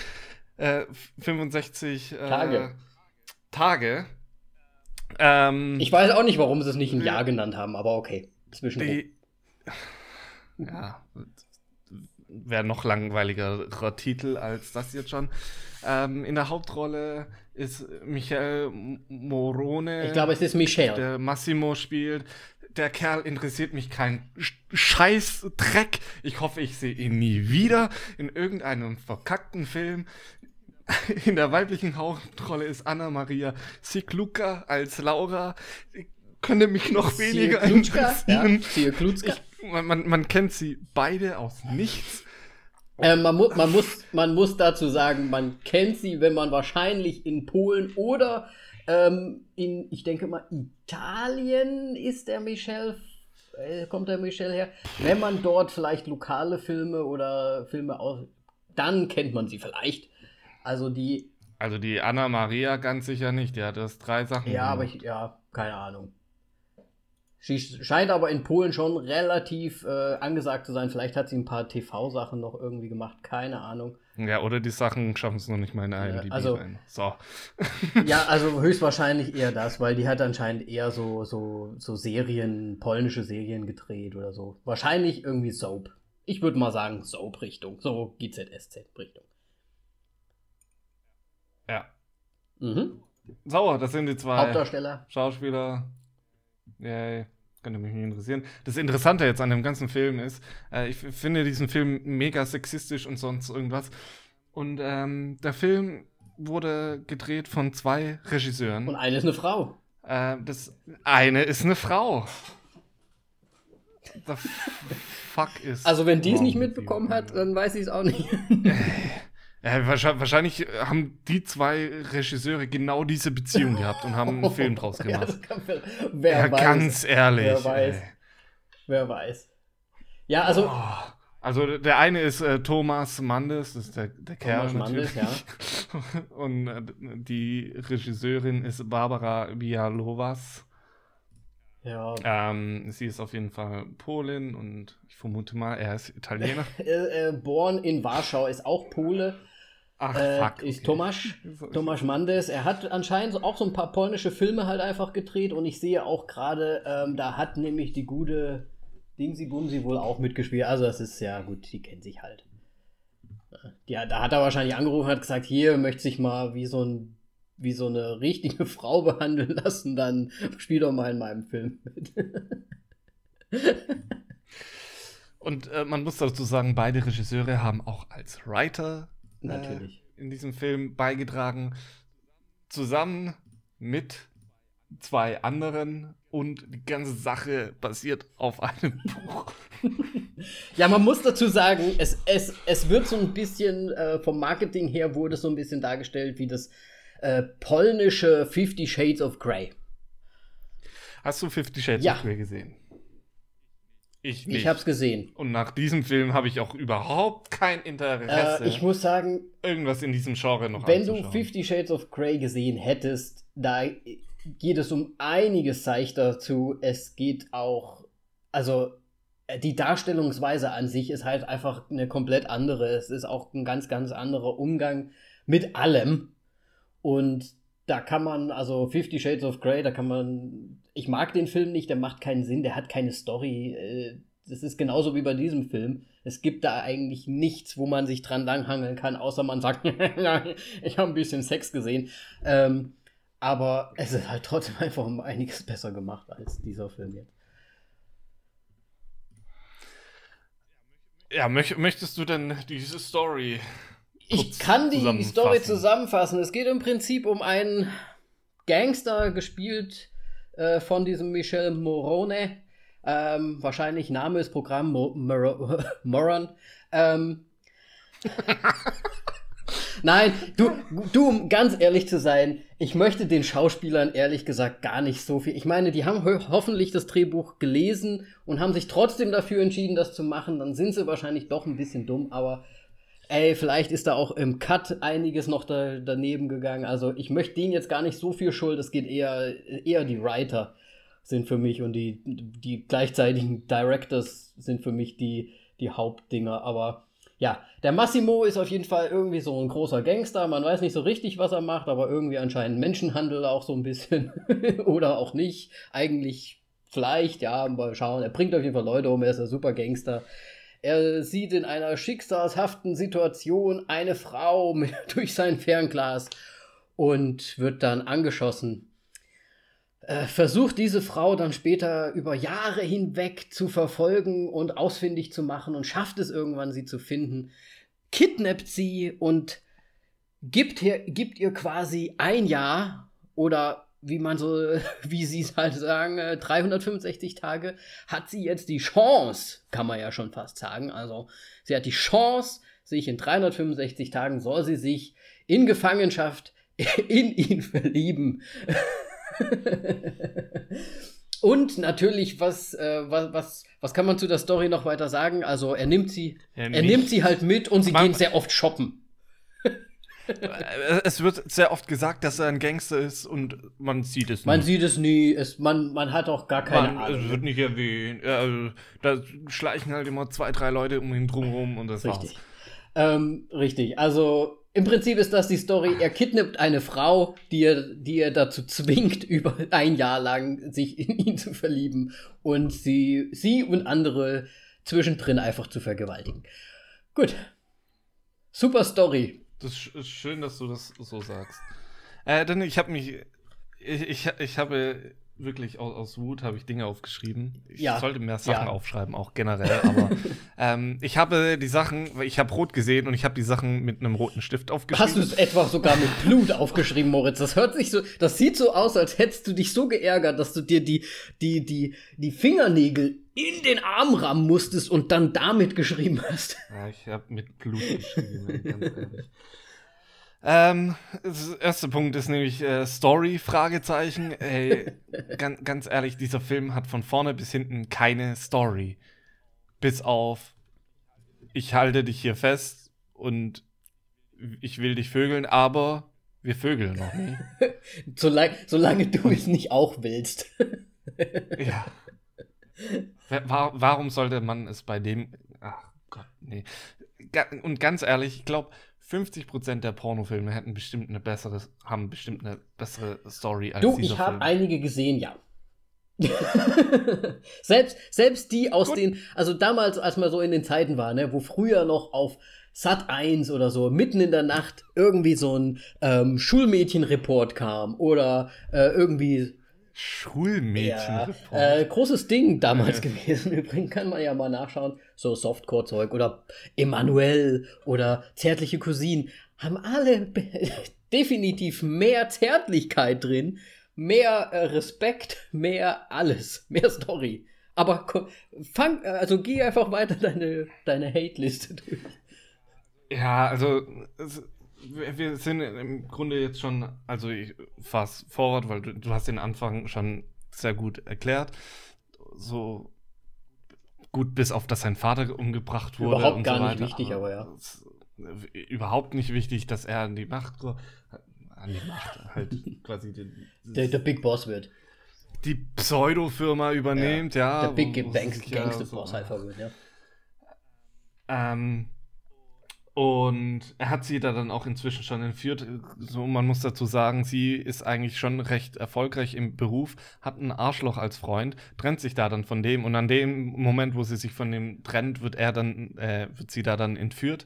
Tage. Ich weiß auch nicht, warum sie es nicht ein Jahr genannt haben, aber okay. Ja, wäre noch langweiligerer Titel als das jetzt schon. In der Hauptrolle ist Michel Morone. Ich glaube, es ist Michel. Der Massimo spielt. Der Kerl interessiert mich kein Scheißdreck. Ich hoffe, ich sehe ihn nie wieder in irgendeinem verkackten Film. In der weiblichen Hauptrolle ist Anna-Maria Sikluka als Laura. Könnte mich noch weniger interessieren. Man kennt sie beide aus nichts. Man muss dazu sagen, man kennt sie, wenn man wahrscheinlich in Polen oder ich denke mal, Italien kommt der Michel her. Wenn man dort vielleicht lokale Filme oder Filme aus, dann kennt man sie vielleicht. Also die Anna-Maria ganz sicher nicht, die hat das 3 Sachen gemacht. Keine Ahnung. Sie scheint aber in Polen schon relativ angesagt zu sein. Vielleicht hat sie ein paar TV-Sachen noch irgendwie gemacht, keine Ahnung. Ja, oder die Sachen schaffen es noch nicht mal in IMDb rein. So. Ja, also höchstwahrscheinlich eher das, weil die hat anscheinend eher so Serien, polnische Serien gedreht oder so. Wahrscheinlich irgendwie Soap. ich würde mal sagen, Soap-Richtung, so GZSZ-Richtung. Ja. Mhm. Sauer, das sind die zwei Hauptdarsteller. Schauspieler. Yay. Könnte mich nicht interessieren. Das Interessante jetzt an dem ganzen Film ist, ich finde diesen Film mega sexistisch und sonst irgendwas. Und der Film wurde gedreht von 2 Regisseuren. Und eine ist eine Frau. Das eine ist eine Frau. The fuck ist. Also wenn die es nicht mitbekommen hat, dann weiß ich es auch nicht. Wahrscheinlich haben die 2 Regisseure genau diese Beziehung gehabt und haben einen Film draus gemacht. Wer weiß. Ganz ehrlich. Wer weiß. Ja, also. Also der eine ist Thomas Mandes, das ist der Kerl Thomas natürlich. Mandes, ja. Und die Regisseurin ist Barbara Bialovas. Ja. Sie ist auf jeden Fall Polin und ich vermute mal, er ist Italiener. Born in Warschau, ist auch Pole. Ach, fuck. Ist Tomasz Mandes. Er hat anscheinend auch so ein paar polnische Filme halt einfach gedreht und ich sehe auch gerade, da hat nämlich die gute Dingsy Bumsy wohl auch mitgespielt. Also das ist ja gut, die kennen sich halt. Ja, da hat er wahrscheinlich angerufen und hat gesagt, hier möchte ich mal wie so eine richtige Frau behandeln lassen, dann spiel doch mal in meinem Film mit. Und man muss dazu sagen, beide Regisseure haben auch als Writer natürlich in diesem Film beigetragen, zusammen mit 2 anderen, und die ganze Sache basiert auf einem Buch. Ja, man muss dazu sagen, es wird so ein bisschen vom Marketing her wurde es so ein bisschen dargestellt wie das polnische 50 Shades of Grey. Hast du 50 Shades of Grey gesehen? Ich nicht. Ich hab's gesehen. Und nach diesem Film habe ich auch überhaupt kein Interesse. Ich muss sagen, irgendwas in diesem Genre noch wenn du 50 Shades of Grey gesehen hättest, da geht es um einiges seichter zu. Es geht auch, also die Darstellungsweise an sich ist halt einfach eine komplett andere. Es ist auch ein ganz, ganz anderer Umgang mit allem. Und da kann man, also 50 Shades of Grey, ich mag den Film nicht, der macht keinen Sinn, der hat keine Story. Das ist genauso wie bei diesem Film. Es gibt da eigentlich nichts, wo man sich dran langhangeln kann, außer man sagt, ich habe ein bisschen Sex gesehen. Aber es ist halt trotzdem einfach um einiges besser gemacht als dieser Film jetzt. Ja, möchtest du denn diese Story? Ich kann die Story zusammenfassen. Es geht im Prinzip um einen Gangster, gespielt von diesem Michel Morrone. Wahrscheinlich Name ist Programm Moron. Nein, du, um ganz ehrlich zu sein, ich möchte den Schauspielern ehrlich gesagt gar nicht so viel. Ich meine, die haben hoffentlich das Drehbuch gelesen und haben sich trotzdem dafür entschieden, das zu machen. Dann sind sie wahrscheinlich doch ein bisschen dumm, aber vielleicht ist da auch im Cut einiges noch daneben gegangen. Also ich möchte denen jetzt gar nicht so viel Schuld. Es geht eher die Writer sind für mich und die gleichzeitigen Directors sind für mich die Hauptdinger. Aber ja, der Massimo ist auf jeden Fall irgendwie so ein großer Gangster. Man weiß nicht so richtig, was er macht, aber irgendwie anscheinend Menschenhandel auch so ein bisschen. Oder auch nicht. Eigentlich vielleicht, ja, mal schauen. Er bringt auf jeden Fall Leute um, er ist ein super Gangster. Er sieht in einer schicksalshaften Situation eine Frau durch sein Fernglas und wird dann angeschossen. Versucht diese Frau dann später über Jahre hinweg zu verfolgen und ausfindig zu machen und schafft es irgendwann, sie zu finden, kidnappt sie und gibt ihr quasi ein Jahr oder wie sie es halt sagen, 365 Tage, hat sie jetzt die Chance, kann man ja schon fast sagen, also sie hat die Chance, sich in 365 Tagen soll sie sich in Gefangenschaft in ihn verlieben. Und natürlich, was kann man zu der Story noch weiter sagen? Also er nimmt sie halt mit und sie gehen sehr oft shoppen. Es wird sehr oft gesagt, dass er ein Gangster ist und man sieht es nie. Man sieht es nie, man hat auch gar keine Ahnung. Es wird nicht erwähnt. Da schleichen halt immer 2, 3 Leute um ihn drumherum und das Richtig. war's. Richtig, also im Prinzip ist das die Story, er kidnappt eine Frau, die er dazu zwingt, über ein Jahr lang sich in ihn zu verlieben und sie und andere zwischendrin einfach zu vergewaltigen. Gut. Super Story. Das ist schön, dass du das so sagst. Denn ich habe wirklich aus Wut habe ich Dinge aufgeschrieben. Ich sollte mehr Sachen aufschreiben, auch generell. Aber ich habe die Sachen, ich habe rot gesehen und ich habe die Sachen mit einem roten Stift aufgeschrieben. Hast du es etwa sogar mit Blut aufgeschrieben, Moritz? Das sieht so aus, als hättest du dich so geärgert, dass du dir die Fingernägel in den Arm rammen musstest und dann damit geschrieben hast. Ja, ich habe mit Blut geschrieben, ganz ehrlich. Das erste Punkt ist nämlich Story, Fragezeichen. Ey, ganz ehrlich, dieser Film hat von vorne bis hinten keine Story. Bis auf, ich halte dich hier fest und ich will dich vögeln, aber wir vögeln noch nie. Solange du es nicht auch willst. Ja. Warum sollte man es bei dem... Ach Gott, nee. Und ganz ehrlich, ich glaube, 50% der Pornofilme haben bestimmt eine bessere Story als dieser Film. Ich habe einige gesehen, ja. selbst die aus den, also damals, als man so in den Zeiten war, ne, wo früher noch auf Sat.1 oder so mitten in der Nacht irgendwie so ein Schulmädchenreport kam oder irgendwie Schulmädchenreport. Großes Ding damals gewesen. Übrigens kann man ja mal nachschauen. So Softcore-Zeug oder Emanuel oder Zärtliche Cousinen haben alle definitiv mehr Zärtlichkeit drin, mehr Respekt, mehr alles, mehr Story. Aber geh einfach weiter deine Hate-Liste durch. Ja, also wir sind im Grunde jetzt schon, also ich fast forward, weil du hast den Anfang schon sehr gut erklärt. So gut, bis auf, dass sein Vater umgebracht wurde. Überhaupt und gar so nicht weiter. wichtig, aber ja. Überhaupt nicht wichtig, dass er an die Macht halt quasi der Big Boss wird. Die Pseudo-Firma übernimmt, ja. Der Big Gangster Boss halt wird, ja. Und er hat sie da dann auch inzwischen schon entführt. So, man muss dazu sagen, sie ist eigentlich schon recht erfolgreich im Beruf, hat einen Arschloch als Freund, trennt sich da dann von dem und an dem Moment, wo sie sich von dem trennt, wird sie da dann entführt.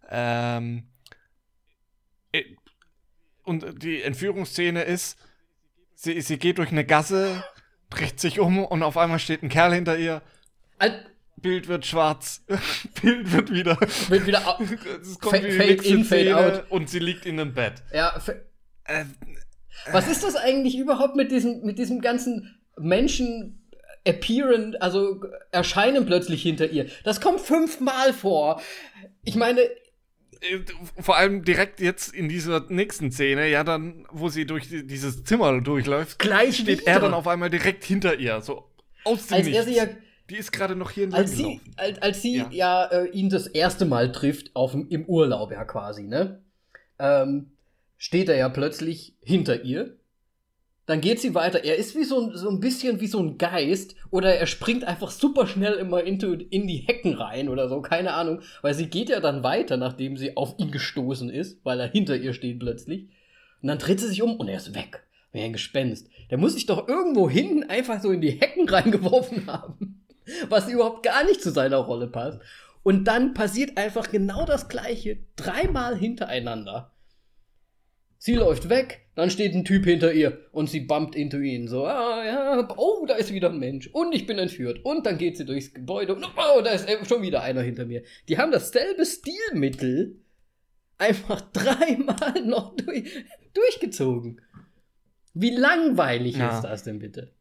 Und die Entführungsszene ist, sie geht durch eine Gasse, dreht sich um und auf einmal steht ein Kerl hinter ihr. Bild wird schwarz. Bild wird wieder. Es kommt Fade in, Fade out. Und sie liegt in einem Bett. Ja. Was ist das eigentlich überhaupt mit diesem ganzen Menschen erscheinen plötzlich hinter ihr? Das kommt 5-mal vor. Ich meine. Vor allem direkt jetzt in dieser nächsten Szene, ja, dann, wo sie durch dieses Zimmer durchläuft, gleich steht er dann auf einmal direkt hinter ihr. So aus dem Nichts. Die ist gerade noch hier entlang gelaufen. Als sie ihn das erste Mal trifft, im Urlaub ja quasi, ne? Steht er ja plötzlich hinter ihr. Dann geht sie weiter. Er ist wie so ein bisschen wie so ein Geist. Oder er springt einfach super schnell immer in die Hecken rein oder so. Keine Ahnung. Weil sie geht ja dann weiter, nachdem sie auf ihn gestoßen ist. Weil er hinter ihr steht plötzlich. Und dann dreht sie sich um und er ist weg. Wie ein Gespenst. Der muss sich doch irgendwo hinten einfach so in die Hecken reingeworfen haben. Was überhaupt gar nicht zu seiner Rolle passt. Und dann passiert einfach genau das Gleiche 3-mal hintereinander. Sie läuft weg, dann steht ein Typ hinter ihr und sie bumpt into ihn. So, da ist wieder ein Mensch und ich bin entführt. Und dann geht sie durchs Gebäude und da ist schon wieder einer hinter mir. Die haben dasselbe Stilmittel einfach 3-mal noch durchgezogen. Wie langweilig ist das denn bitte?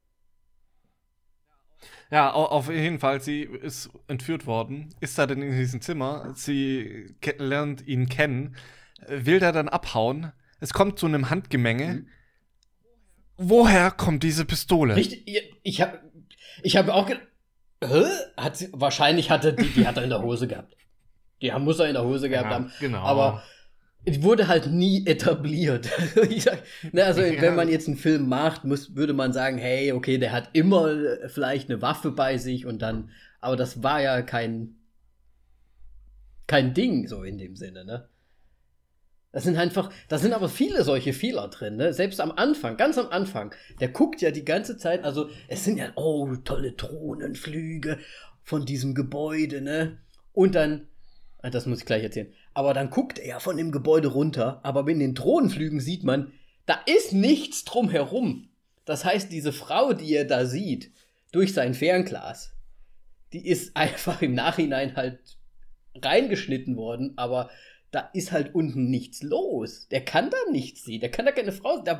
Ja, auf jeden Fall, sie ist entführt worden, ist da dann in diesem Zimmer, sie lernt ihn kennen, will da dann abhauen, es kommt zu einem Handgemenge. Woher kommt diese Pistole? Richtig, ich hab auch gedacht, wahrscheinlich hat er die hat er in der Hose gehabt. Die muss er in der Hose gehabt haben. Genau. Aber es wurde halt nie etabliert. Wenn man jetzt einen Film macht, würde man sagen, hey, okay, der hat immer vielleicht eine Waffe bei sich und dann, aber das war ja kein Ding, so in dem Sinne, ne? Da sind aber viele solche Fehler drin, ne? Selbst am Anfang, ganz am Anfang, der guckt ja die ganze Zeit, also es sind ja, tolle Drohnenflüge, von diesem Gebäude, ne? Und dann, das muss ich gleich erzählen, aber dann guckt er von dem Gebäude runter, aber in den Drohnenflügen sieht man, da ist nichts drumherum. Das heißt, diese Frau, die er da sieht, durch sein Fernglas, die ist einfach im Nachhinein halt reingeschnitten worden, aber da ist halt unten nichts los. Der kann da nichts sehen, der kann da keine Frau sehen. Da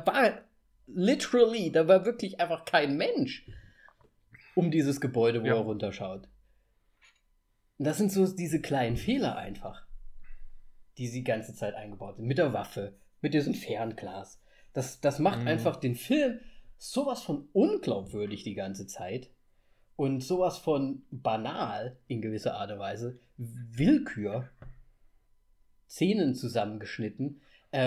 war wirklich einfach kein Mensch um dieses Gebäude, wo er runterschaut. Und das sind so diese kleinen Fehler einfach, die sie die ganze Zeit eingebaut sind. Mit der Waffe, mit diesem Fernglas. Das macht einfach den Film sowas von unglaubwürdig die ganze Zeit. Und sowas von banal in gewisser Art und Weise. Willkür. Szenen zusammengeschnitten.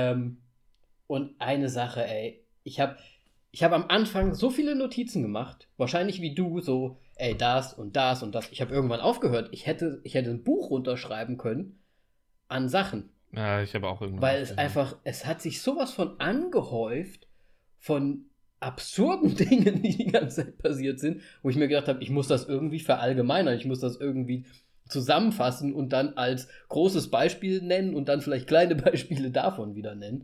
Und eine Sache, ey. Ich hab am Anfang so viele Notizen gemacht. Wahrscheinlich wie du, so, ey, das und das und das. Ich habe irgendwann aufgehört. Ich hätte ein Buch runterschreiben können an Sachen. Ja, ich habe auch irgendwann. Weil es hat sich sowas von angehäuft von absurden Dingen, die ganze Zeit passiert sind, wo ich mir gedacht habe, ich muss das irgendwie verallgemeinern, ich muss das irgendwie zusammenfassen und dann als großes Beispiel nennen und dann vielleicht kleine Beispiele davon wieder nennen.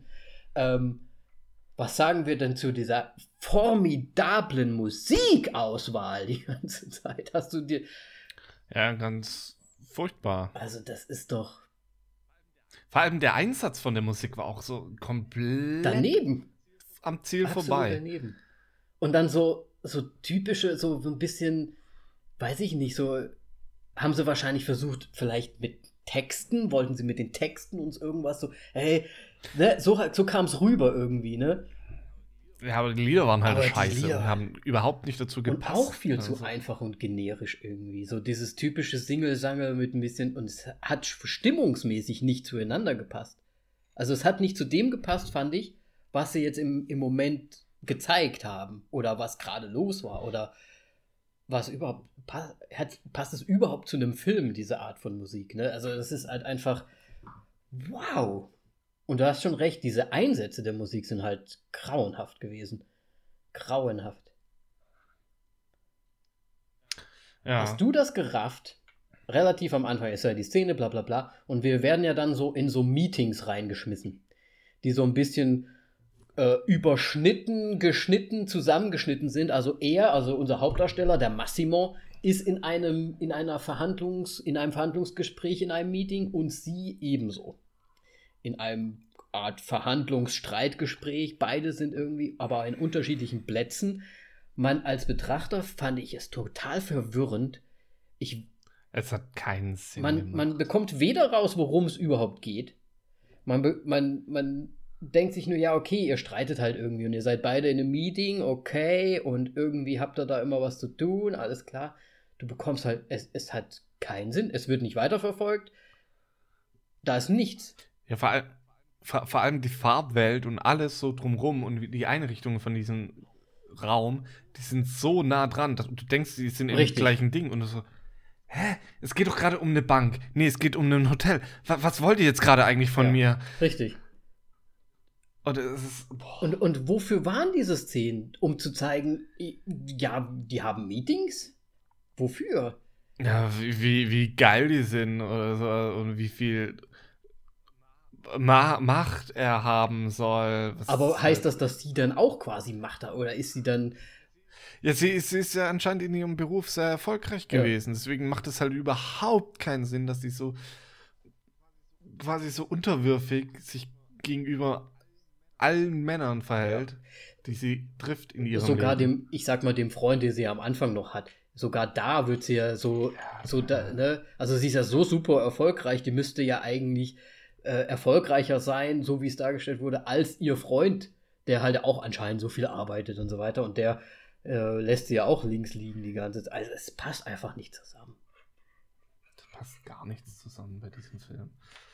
Was sagen wir denn zu dieser formidablen Musikauswahl die ganze Zeit? Hast du dir... Ja, ganz furchtbar. Also das ist doch... Vor allem der Einsatz von der Musik war auch so komplett... daneben. Am Ziel Absolut vorbei. Daneben. Und dann so typische, so ein bisschen, weiß ich nicht, so haben sie wahrscheinlich versucht, vielleicht mit Texten, wollten sie mit den Texten uns irgendwas so, hey, ne, so kam es rüber irgendwie, ne? Ja, aber die Lieder waren halt scheiße und haben überhaupt nicht dazu gepasst. Und auch viel zu einfach und generisch irgendwie. So dieses typische Single-Sange mit ein bisschen, und es hat stimmungsmäßig nicht zueinander gepasst. Also es hat nicht zu dem gepasst, fand ich, was sie jetzt im Moment gezeigt haben oder was gerade los war oder was überhaupt passt es überhaupt zu einem Film, diese Art von Musik, ne? Also das ist halt einfach wow. Und du hast schon recht, diese Einsätze der Musik sind halt grauenhaft gewesen. Grauenhaft. Ja. Hast du das gerafft? Relativ am Anfang ist ja die Szene, bla bla bla, und wir werden ja dann so in so Meetings reingeschmissen, die so ein bisschen überschnitten, geschnitten, zusammengeschnitten sind. Also unser Hauptdarsteller, der Massimo, ist in einem Verhandlungsgespräch, in einem Meeting und sie ebenso. In einem Art Verhandlungsstreitgespräch. Beide sind irgendwie, aber in unterschiedlichen Plätzen. Als Betrachter fand ich es total verwirrend. Es hat keinen Sinn. Man bekommt weder raus, worum es überhaupt geht. Man denkt sich nur, ja, okay, ihr streitet halt irgendwie und ihr seid beide in einem Meeting, okay, und irgendwie habt ihr da immer was zu tun, alles klar. Du bekommst halt, es hat keinen Sinn, es wird nicht weiterverfolgt. Da ist nichts. Ja, vor allem die Farbwelt und alles so drumrum und die Einrichtungen von diesem Raum, die sind so nah dran, dass du denkst, die sind im gleichen Ding und so, hä? Es geht doch gerade um eine Bank. Nee, es geht um ein Hotel. Was wollt ihr jetzt gerade eigentlich von mir? Richtig. Und wofür waren diese Szenen? Um zu zeigen, ja, die haben Meetings? Wofür? Ja, wie geil die sind oder so und wie viel Macht er haben soll. Aber heißt das, dass sie dann auch quasi Macht hat? Oder ist sie dann... Ja, sie ist ja anscheinend in ihrem Beruf sehr erfolgreich gewesen. Deswegen macht es halt überhaupt keinen Sinn, dass sie so quasi so unterwürfig sich gegenüber allen Männern verhält, die sie trifft in ihrem sogar Leben. dem Freund, den sie ja am Anfang noch hat, sogar da wird sie ja ne? Also sie ist ja so super erfolgreich, die müsste ja eigentlich erfolgreicher sein, so wie es dargestellt wurde, als ihr Freund, der halt auch anscheinend so viel arbeitet und so weiter, und der lässt sie ja auch links liegen die ganze Zeit. Also es passt einfach nicht zusammen. Das passt gar nichts zusammen bei diesem Film.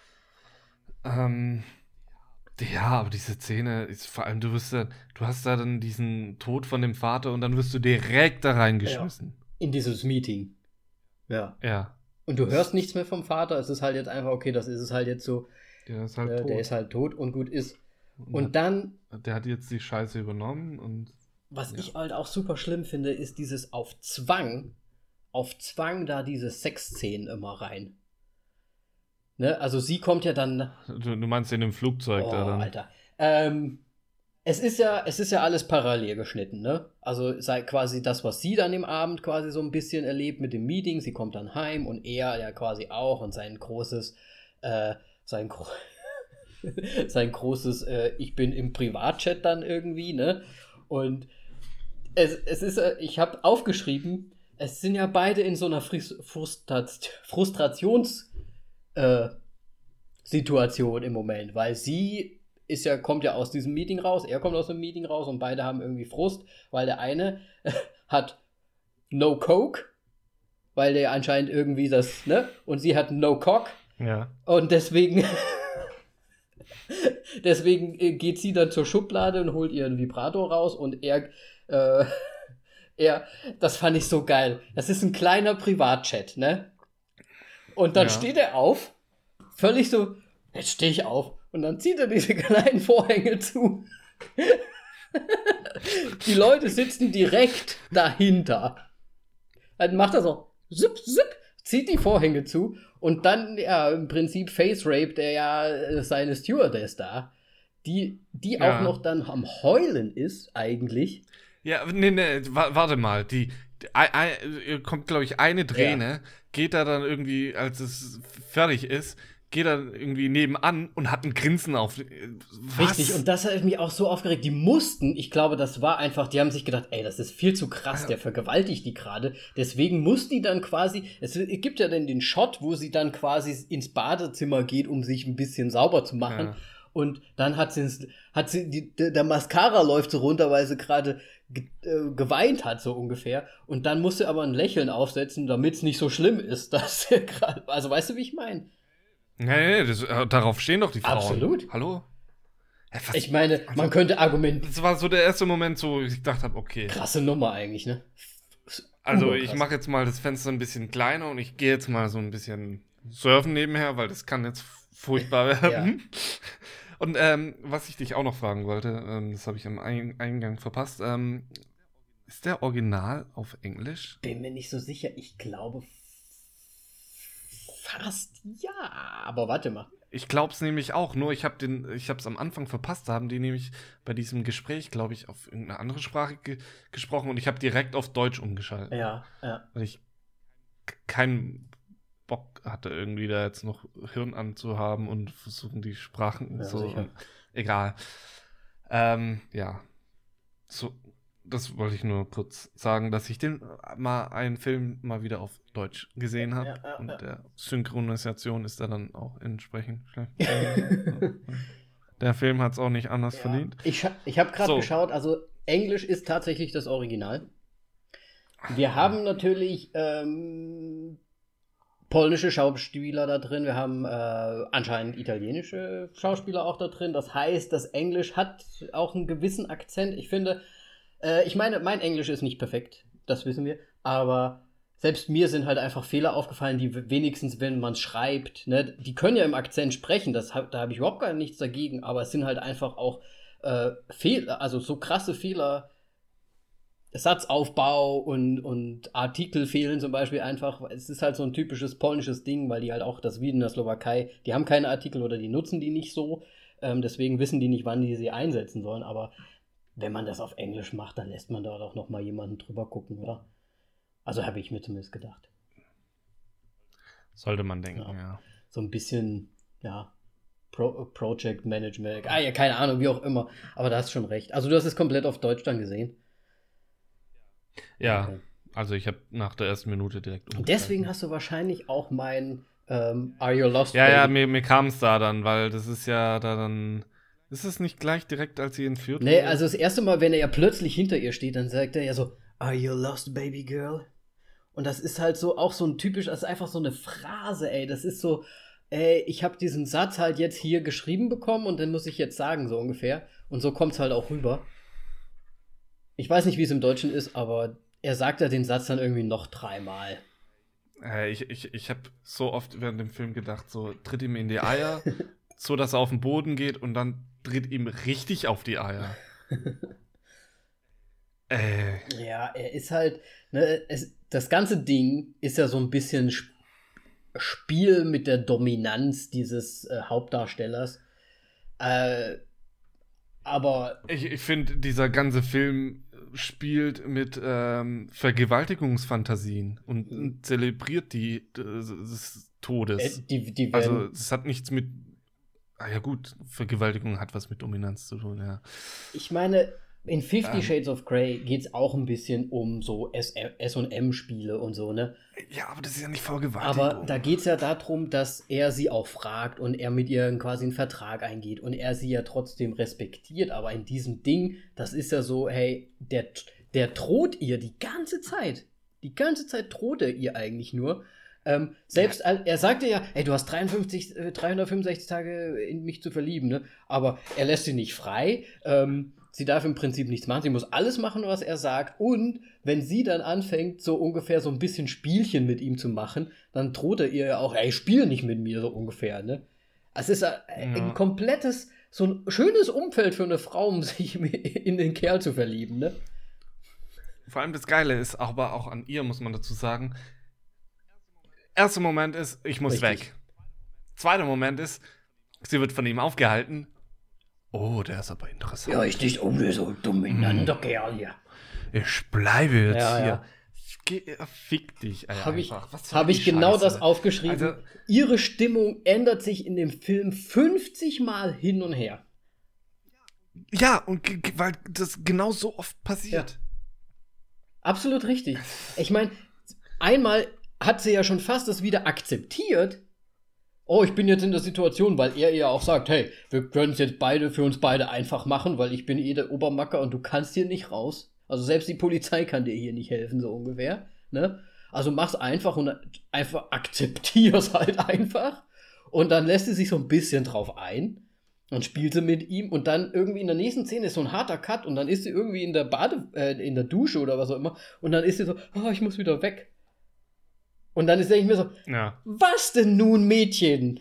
Ja, aber diese Szene ist vor allem, du hast da dann diesen Tod von dem Vater und dann wirst du direkt da reingeschmissen. Ja, in dieses Meeting. Ja. Ja. Und du hörst nichts mehr vom Vater, es ist halt jetzt einfach, okay, das ist es halt jetzt so. Der ist halt tot. Der ist halt tot und gut ist. Und dann... Der hat jetzt die Scheiße übernommen und... Was ich halt auch super schlimm finde, ist dieses auf Zwang auf Zwang da diese Sexszenen immer rein. Ne? Also sie kommt ja dann... Du meinst in dem Flugzeug da dann? Alter. Es ist ja alles parallel geschnitten, ne? Also sei quasi das, was sie dann im Abend quasi so ein bisschen erlebt mit dem Meeting. Sie kommt dann heim und er ja quasi auch und sein großes ich bin im Privatchat dann irgendwie, ne? Und es ist, ich habe aufgeschrieben, es sind ja beide in so einer Frustrationssituation im Moment, weil sie kommt ja aus diesem Meeting raus, er kommt aus dem Meeting raus und beide haben irgendwie Frust, weil der eine hat No Coke, weil der anscheinend irgendwie das, ne? Und sie hat No Cock. Ja. Und deswegen geht sie dann zur Schublade und holt ihren Vibrator raus und das fand ich so geil. Das ist ein kleiner Privatchat, ne? Und dann steht er auf, völlig so, jetzt stehe ich auf. Und dann zieht er diese kleinen Vorhänge zu. Die Leute sitzen direkt dahinter. Dann macht er so, zip, zip, zieht die Vorhänge zu und dann, ja, im Prinzip face-raped er ja seine Stewardess da, die auch noch dann am Heulen ist, eigentlich. Ja, nee, warte mal, kommt, glaube ich, eine Träne, geht da dann irgendwie, als es fertig ist, geht dann irgendwie nebenan und hat ein Grinsen auf. Was? Richtig, und das hat mich auch so aufgeregt. Die mussten, ich glaube, das war einfach, die haben sich gedacht, ey, das ist viel zu krass, der vergewaltigt die gerade. Deswegen muss die dann quasi, es gibt ja dann den Shot, wo sie dann quasi ins Badezimmer geht, um sich ein bisschen sauber zu machen. Ja. Und dann der Mascara läuft so runter, weil sie gerade geweint hat, so ungefähr. Und dann musste aber ein Lächeln aufsetzen, damit es nicht so schlimm ist, dass er gerade, also weißt du, wie ich meine? Nee, darauf stehen doch die Frauen. Absolut. Hallo? Ja, ich meine, man könnte argumentieren. Das war so der erste Moment, so ich gedacht habe, okay. Krasse Nummer eigentlich, ne? Also ich mache jetzt mal das Fenster ein bisschen kleiner und ich gehe jetzt mal so ein bisschen surfen nebenher, weil das kann jetzt furchtbar werden. Ja. Und was ich dich auch noch fragen wollte, das habe ich am Eingang verpasst, ist der Original auf Englisch? Bin mir nicht so sicher, ich glaube fast ja, aber warte mal. Ich glaube es nämlich auch, nur ich habe es am Anfang verpasst, da haben die nämlich bei diesem Gespräch, glaube ich, auf irgendeine andere Sprache gesprochen und ich habe direkt auf Deutsch umgeschaltet. Ja. Weil ich keinen Bock hatte, irgendwie da jetzt noch Hirn anzuhaben und versuchen die Sprachen so. Sicher. Egal. So, das wollte ich nur kurz sagen, dass ich einen Film mal wieder auf Deutsch gesehen habe. Und der Synchronisation ist da dann auch entsprechend schlecht. Der Film hat es auch nicht anders verdient. Ich habe gerade geschaut, also Englisch ist tatsächlich das Original. Wir haben natürlich polnische Schauspieler da drin, wir haben anscheinend italienische Schauspieler auch da drin. Das heißt, das Englisch hat auch einen gewissen Akzent. Ich finde, ich meine, mein Englisch ist nicht perfekt, das wissen wir, aber selbst mir sind halt einfach Fehler aufgefallen, die wenigstens, wenn man schreibt, ne, die können ja im Akzent sprechen, da habe ich überhaupt gar nichts dagegen, aber es sind halt einfach auch Fehler, also so krasse Fehler, Satzaufbau und Artikel fehlen zum Beispiel einfach. Es ist halt so ein typisches polnisches Ding, weil die halt auch, das wie in der Slowakei, die haben keine Artikel oder die nutzen die nicht so, deswegen wissen die nicht, wann die sie einsetzen sollen, aber wenn man das auf Englisch macht, dann lässt man da doch noch mal jemanden drüber gucken, oder? Also habe ich mir zumindest gedacht. Sollte man denken, ja. So ein bisschen, Project Management, keine Ahnung, wie auch immer. Aber da hast du schon recht. Also du hast es komplett auf Deutsch dann gesehen? Ja, okay. Also ich habe nach der ersten Minute direkt Und deswegen hast du wahrscheinlich auch mein Are You Lost? Ja, mir kam es da dann, weil das ist ja da dann... Ist es nicht gleich direkt, als sie entführt wurde? Nee, also das erste Mal, wenn er ja plötzlich hinter ihr steht, dann sagt er ja so, Are you lost, baby girl? Und das ist halt so, auch so ein typisch, das ist einfach so eine Phrase, ey. Das ist so, ich habe diesen Satz halt jetzt hier geschrieben bekommen und den muss ich jetzt sagen, so ungefähr. Und so kommt's halt auch rüber. Ich weiß nicht, wie es im Deutschen ist, aber er sagt ja den Satz dann irgendwie noch 3-mal. Ich habe so oft während dem Film gedacht, so, tritt ihm in die Eier, so dass er auf den Boden geht und dann tritt ihm richtig auf die Eier. Ja, er ist halt, ne, das ganze Ding ist ja so ein bisschen Spiel mit der Dominanz dieses Hauptdarstellers. Aber Ich finde, dieser ganze Film spielt mit Vergewaltigungsfantasien und zelebriert die des Todes. die Also, werden, es hat nichts mit. Ah ja, gut, Vergewaltigung hat was mit Dominanz zu tun, ja. ich meine, in 50 Shades of Grey geht es auch ein bisschen um so S&M-Spiele und so, ne? Ja, aber das ist ja nicht Vergewaltigung. Aber da geht es ja darum, dass er sie auch fragt und er mit ihr quasi einen Vertrag eingeht und er sie ja trotzdem respektiert. Aber in diesem Ding, das ist ja so, hey, der droht ihr die ganze Zeit. Die ganze Zeit droht er ihr eigentlich nur. Er sagte ja, ey, du hast 365 Tage in mich zu verlieben, ne? Aber er lässt sie nicht frei. Sie darf im Prinzip nichts machen. Sie muss alles machen, was er sagt. Und wenn sie dann anfängt, so ungefähr so ein bisschen Spielchen mit ihm zu machen, dann droht er ihr ja auch, ey, spiel nicht mit mir, so ungefähr, ne? Es ist ein komplettes, so ein schönes Umfeld für eine Frau, um sich in den Kerl zu verlieben, ne? Vor allem das Geile ist, aber auch an ihr, muss man dazu sagen, erster Moment ist, ich muss weg. Zweiter Moment ist, sie wird von ihm aufgehalten. Oh, der ist aber interessant. Ja, ich dich so dominanter Kerl, ja. Ich bleibe jetzt hier. Ja. Fick dich, Alter. Habe ich genau das aufgeschrieben. Also, ihre Stimmung ändert sich in dem Film 50 Mal hin und her. Ja, und weil das genau so oft passiert. Ja. Absolut richtig. Ich meine, einmal hat sie ja schon fast das wieder akzeptiert. Oh, ich bin jetzt in der Situation, weil er ihr auch sagt, hey, wir können es jetzt für uns beide einfach machen, weil ich bin der Obermacker und du kannst hier nicht raus. Also selbst die Polizei kann dir hier nicht helfen, so ungefähr. Ne? Also mach's einfach und einfach akzeptier's halt einfach. Und dann lässt sie sich so ein bisschen drauf ein und spielt sie mit ihm und dann irgendwie in der nächsten Szene ist so ein harter Cut und dann ist sie irgendwie in der Dusche oder was auch immer und dann ist sie so, oh, ich muss wieder weg. Und dann denke ich mir so, Was denn nun, Mädchen?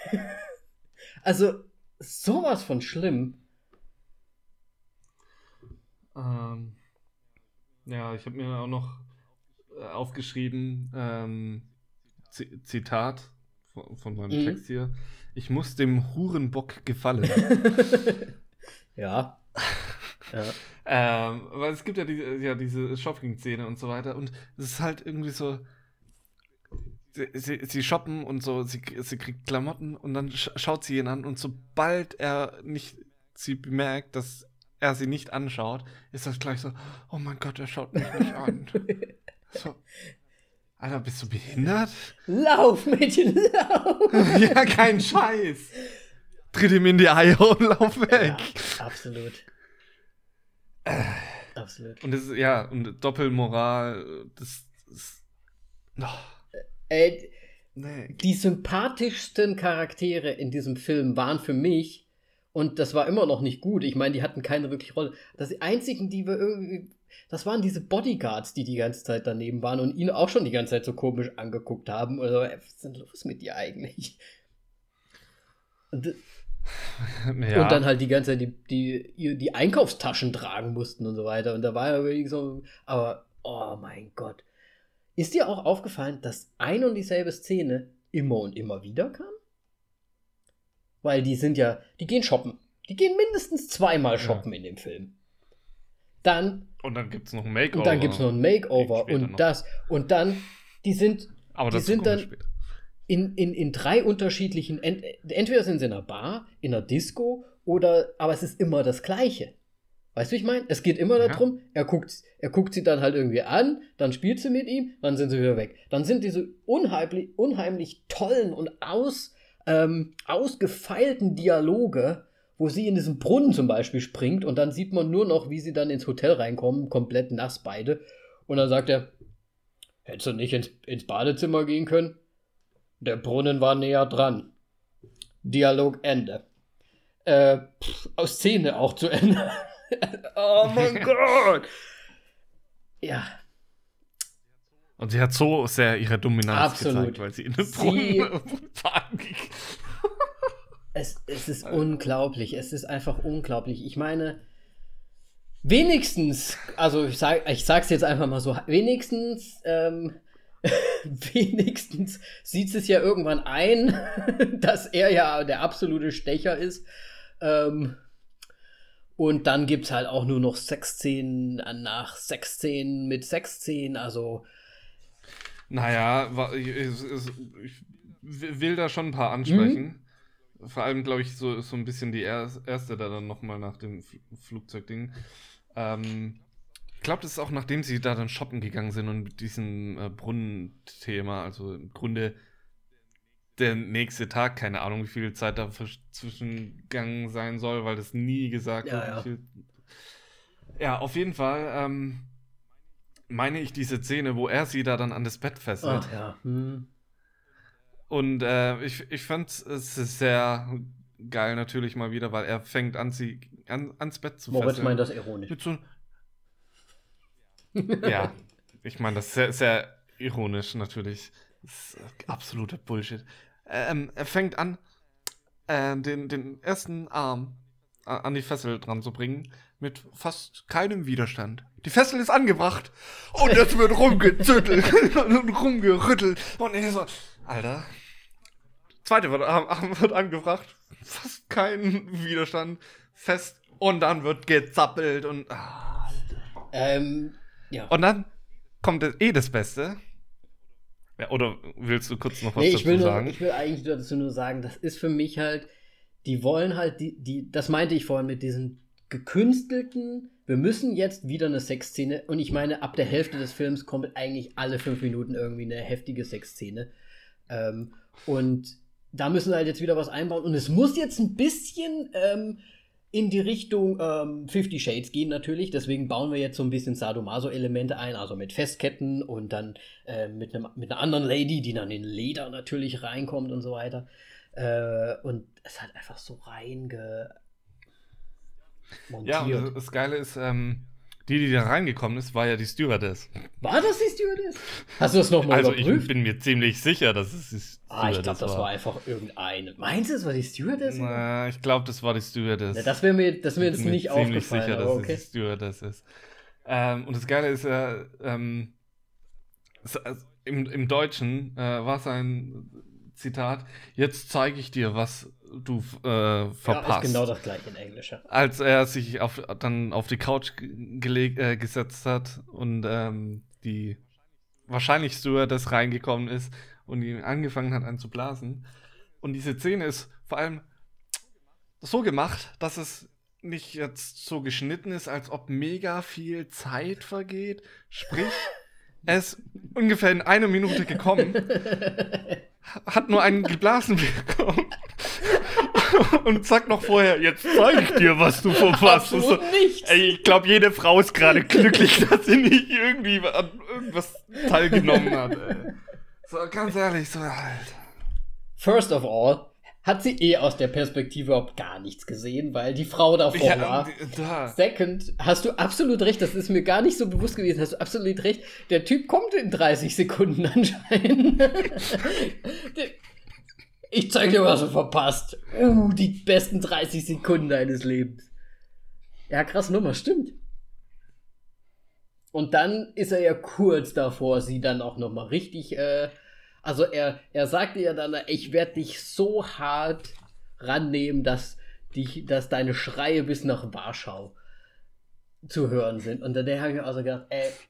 Also, sowas von schlimm. Ja, ich habe mir auch noch aufgeschrieben, Zitat von meinem Text hier. Ich muss dem Hurenbock gefallen. Ja. Weil es gibt ja diese Shopping-Szene und so weiter und es ist halt irgendwie so, sie shoppen und so, sie kriegt Klamotten und dann schaut sie ihn an und sobald sie bemerkt, dass er sie nicht anschaut, ist das gleich so, oh mein Gott, er schaut mich nicht an. So, Alter, bist du behindert? Lauf, Mädchen, lauf! Ja, kein Scheiß. Tritt ihm in die Eier und lauf weg. Ja, absolut. Absolut. Und das ist, und Doppelmoral, das ist. Die sympathischsten Charaktere in diesem Film waren für mich, und das war immer noch nicht gut, ich meine, die hatten keine wirkliche Rolle. Die einzigen, die wir irgendwie, das waren diese Bodyguards, die ganze Zeit daneben waren und ihn auch schon die ganze Zeit so komisch angeguckt haben. Oder was ist denn los mit dir eigentlich? Und dann halt die ganze Zeit die Einkaufstaschen tragen mussten und so weiter. Und da war ja wirklich so, aber, oh mein Gott. Ist dir auch aufgefallen, dass ein und dieselbe Szene immer und immer wieder kam? Weil die gehen shoppen. Die gehen mindestens zweimal shoppen in dem Film. Und dann gibt's noch ein Makeover. Und dann gibt's noch ein Makeover und dann, die sind dann in drei unterschiedlichen, entweder sind sie in einer Bar, in einer Disco, aber es ist immer das Gleiche. Weißt du, wie ich meine? Es geht immer darum, er guckt sie dann halt irgendwie an, dann spielt sie mit ihm, dann sind sie wieder weg. Dann sind diese unheimlich tollen und ausgefeilten Dialoge, wo sie in diesen Brunnen zum Beispiel springt und dann sieht man nur noch, wie sie dann ins Hotel reinkommen, komplett nass beide. Und dann sagt er, hättest du nicht ins Badezimmer gehen können? Der Brunnen war näher dran. Dialog Ende. Szene auch zu Ende. Oh mein Gott! Ja. Und sie hat so sehr ihre Dominanz gezeigt, weil sie in den Brunnen Es ist unglaublich. Es ist einfach unglaublich. Ich meine, Wenigstens, also ich sag's jetzt einfach mal so, wenigstens sieht es ja irgendwann ein, dass er ja der absolute Stecher ist. Und dann gibt's halt auch nur noch Sexszenen nach Sexszenen mit Sexszenen, also. Naja, ich will da schon ein paar ansprechen. Vor allem, glaube ich, so ein bisschen die erste da dann nochmal nach dem Flugzeugding. Ich glaube, das ist auch nachdem sie da dann shoppen gegangen sind und mit diesem Brunnenthema, also im Grunde der nächste Tag, keine Ahnung, wie viel Zeit da zwischengegangen sein soll, weil das nie gesagt wird. Ja. Wie viel. Ja, auf jeden Fall meine ich diese Szene, wo er sie da dann an das Bett fesselt. Ach ja. Und ich fand es sehr geil natürlich mal wieder, weil er fängt an, sie ans Bett zu fesseln. Moritz meint das ironisch. Ja, ich meine das sehr, sehr ironisch natürlich. Das ist absoluter Bullshit. Er fängt an, den ersten Arm an die Fessel dran zu bringen, mit fast keinem Widerstand. Die Fessel ist angebracht und es wird rumgezüttelt und rumgerüttelt. Und ich so, Alter. Zweite Arm wird angebracht, fast kein Widerstand, fest und dann wird gezappelt und. Ja. Und dann kommt das Beste. Ja, oder willst du kurz noch was dazu sagen? Ich will eigentlich dazu nur sagen, das ist für mich halt, die wollen halt, das meinte ich vorhin mit diesen gekünstelten, wir müssen jetzt wieder eine Sexszene, und ich meine, ab der Hälfte des Films kommt eigentlich alle 5 Minuten irgendwie eine heftige Sexszene. Und da müssen wir halt jetzt wieder was einbauen. Und es muss jetzt ein bisschen in die Richtung 50 Shades gehen natürlich. Deswegen bauen wir jetzt so ein bisschen Sadomaso-Elemente ein, also mit Festketten und dann mit einer anderen Lady, die dann in Leder natürlich reinkommt und so weiter. Und es hat einfach so montiert. Ja, und das Geile ist, die da reingekommen ist, war ja die Stewardess. War das die Stewardess? Hast du das nochmal überprüft? Also ich bin mir ziemlich sicher, dass es die Stewardess war. Ich glaube, das war einfach irgendeine. Meinst du, es war die Stewardess? Na, ich glaube, das war die Stewardess. Na, das wäre mir jetzt nicht aufgefallen. Ich bin ziemlich sicher, dass es die Stewardess ist. Und das Geile ist ja, im Deutschen war es ein Zitat, jetzt zeige ich dir, was du verpasst. Ja, ist genau das gleiche in Englisch. Als er sich dann auf die Couch gesetzt hat und die wahrscheinlich Stewardess reingekommen ist und ihn angefangen hat anzublasen. Und diese Szene ist vor allem so gemacht, dass es nicht jetzt so geschnitten ist, als ob mega viel Zeit vergeht. Sprich, er ist ungefähr in 1 Minute gekommen, hat nur einen geblasen bekommen und sagt noch vorher, jetzt zeige ich dir, was du verpasst. Absolut nichts. Ey, ich glaube, jede Frau ist gerade glücklich, dass sie nicht irgendwie an irgendwas teilgenommen hat. Ey. So, ganz ehrlich, so halt. First of all, hat sie aus der Perspektive überhaupt gar nichts gesehen, weil die Frau davor war. Second, hast du absolut recht, das ist mir gar nicht so bewusst gewesen, hast du absolut recht, der Typ kommt in 30 Sekunden anscheinend. Ich zeig dir, was du verpasst. Die besten 30 Sekunden deines Lebens. Ja, krass Nummer, stimmt. Und dann ist er ja kurz davor, sie dann auch nochmal richtig, also er sagte ja dann, ich werde dich so hart rannehmen, dass deine Schreie bis nach Warschau zu hören sind. Und dann habe ich mir also gedacht,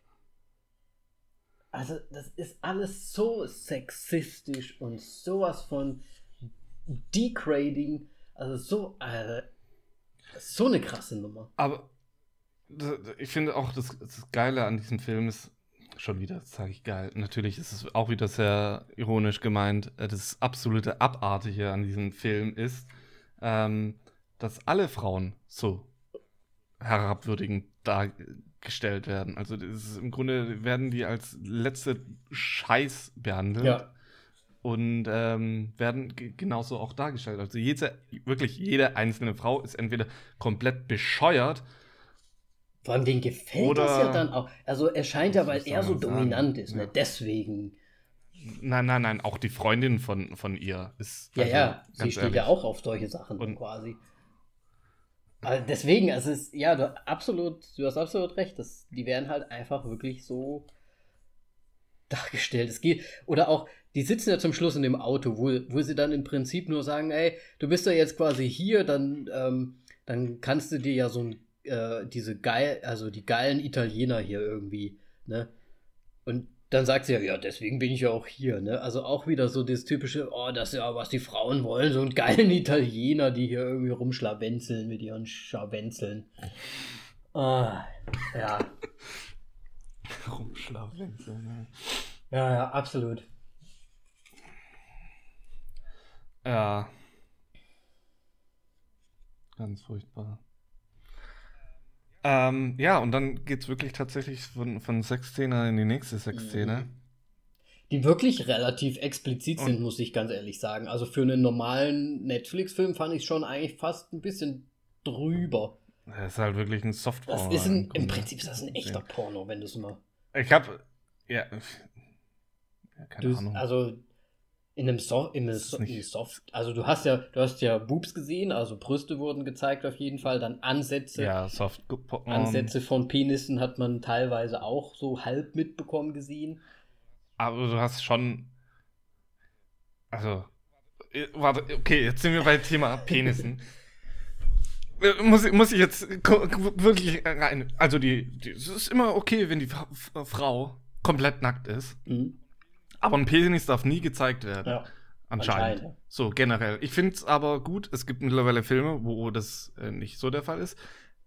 also das ist alles so sexistisch und sowas von degrading, also so eine krasse Nummer. Aber ich finde auch, das Geile an diesem Film ist, schon wieder, das sage ich geil, natürlich ist es auch wieder sehr ironisch gemeint, das absolute Abartige an diesem Film ist, dass alle Frauen so herabwürdigend dargestellt werden. Also im Grunde werden die als letzte Scheiß behandelt. Ja. Und werden genauso auch dargestellt. Also wirklich jede einzelne Frau ist entweder komplett bescheuert. Vor allem denen gefällt das ja dann auch. Also er scheint ja, weil er so dominant ist, ne? Deswegen. Nein, auch die Freundin von ihr ist. Ja, sie steht ja auch auf solche Sachen quasi. Also deswegen, also es ist, ja, du hast absolut recht. Die werden halt einfach wirklich so dargestellt. Es geht, oder auch, die sitzen ja zum Schluss in dem Auto, wo sie dann im Prinzip nur sagen, ey, du bist ja jetzt quasi hier, dann kannst du dir ja so die geilen Italiener hier irgendwie, ne? Und dann sagt sie ja, deswegen bin ich ja auch hier, ne? Also auch wieder so das typische, oh, das ist ja, was die Frauen wollen, so einen geilen Italiener, die hier irgendwie rumschlawenzeln mit ihren Scharwenzeln. Ah, ja. Rumschlawenzeln, ne? Ja, absolut. Ja. Ganz furchtbar. Ja, und dann geht's wirklich tatsächlich von Sexszene in die nächste Sexszene. Die wirklich relativ explizit sind, muss ich ganz ehrlich sagen. Also für einen normalen Netflix-Film fand ich schon eigentlich fast ein bisschen drüber. Das ist halt wirklich ein Softporno. Im Prinzip ist das ein echter Porno, wenn du es mal... keine Ahnung. Also in einem Soft, also du hast ja Boobs gesehen, also Brüste wurden gezeigt auf jeden Fall, dann Ansätze. Ja, Ansätze von Penissen hat man teilweise auch so halb mitbekommen gesehen. Aber du hast schon, also, warte, okay, jetzt sind wir bei Thema Penissen. Muss ich jetzt wirklich rein, also es ist immer okay, wenn die Frau komplett nackt ist. Mhm. Aber ein Penis darf nie gezeigt werden. Ja, anscheinend. So, generell. Ich finde es aber gut, es gibt mittlerweile Filme, wo das nicht so der Fall ist.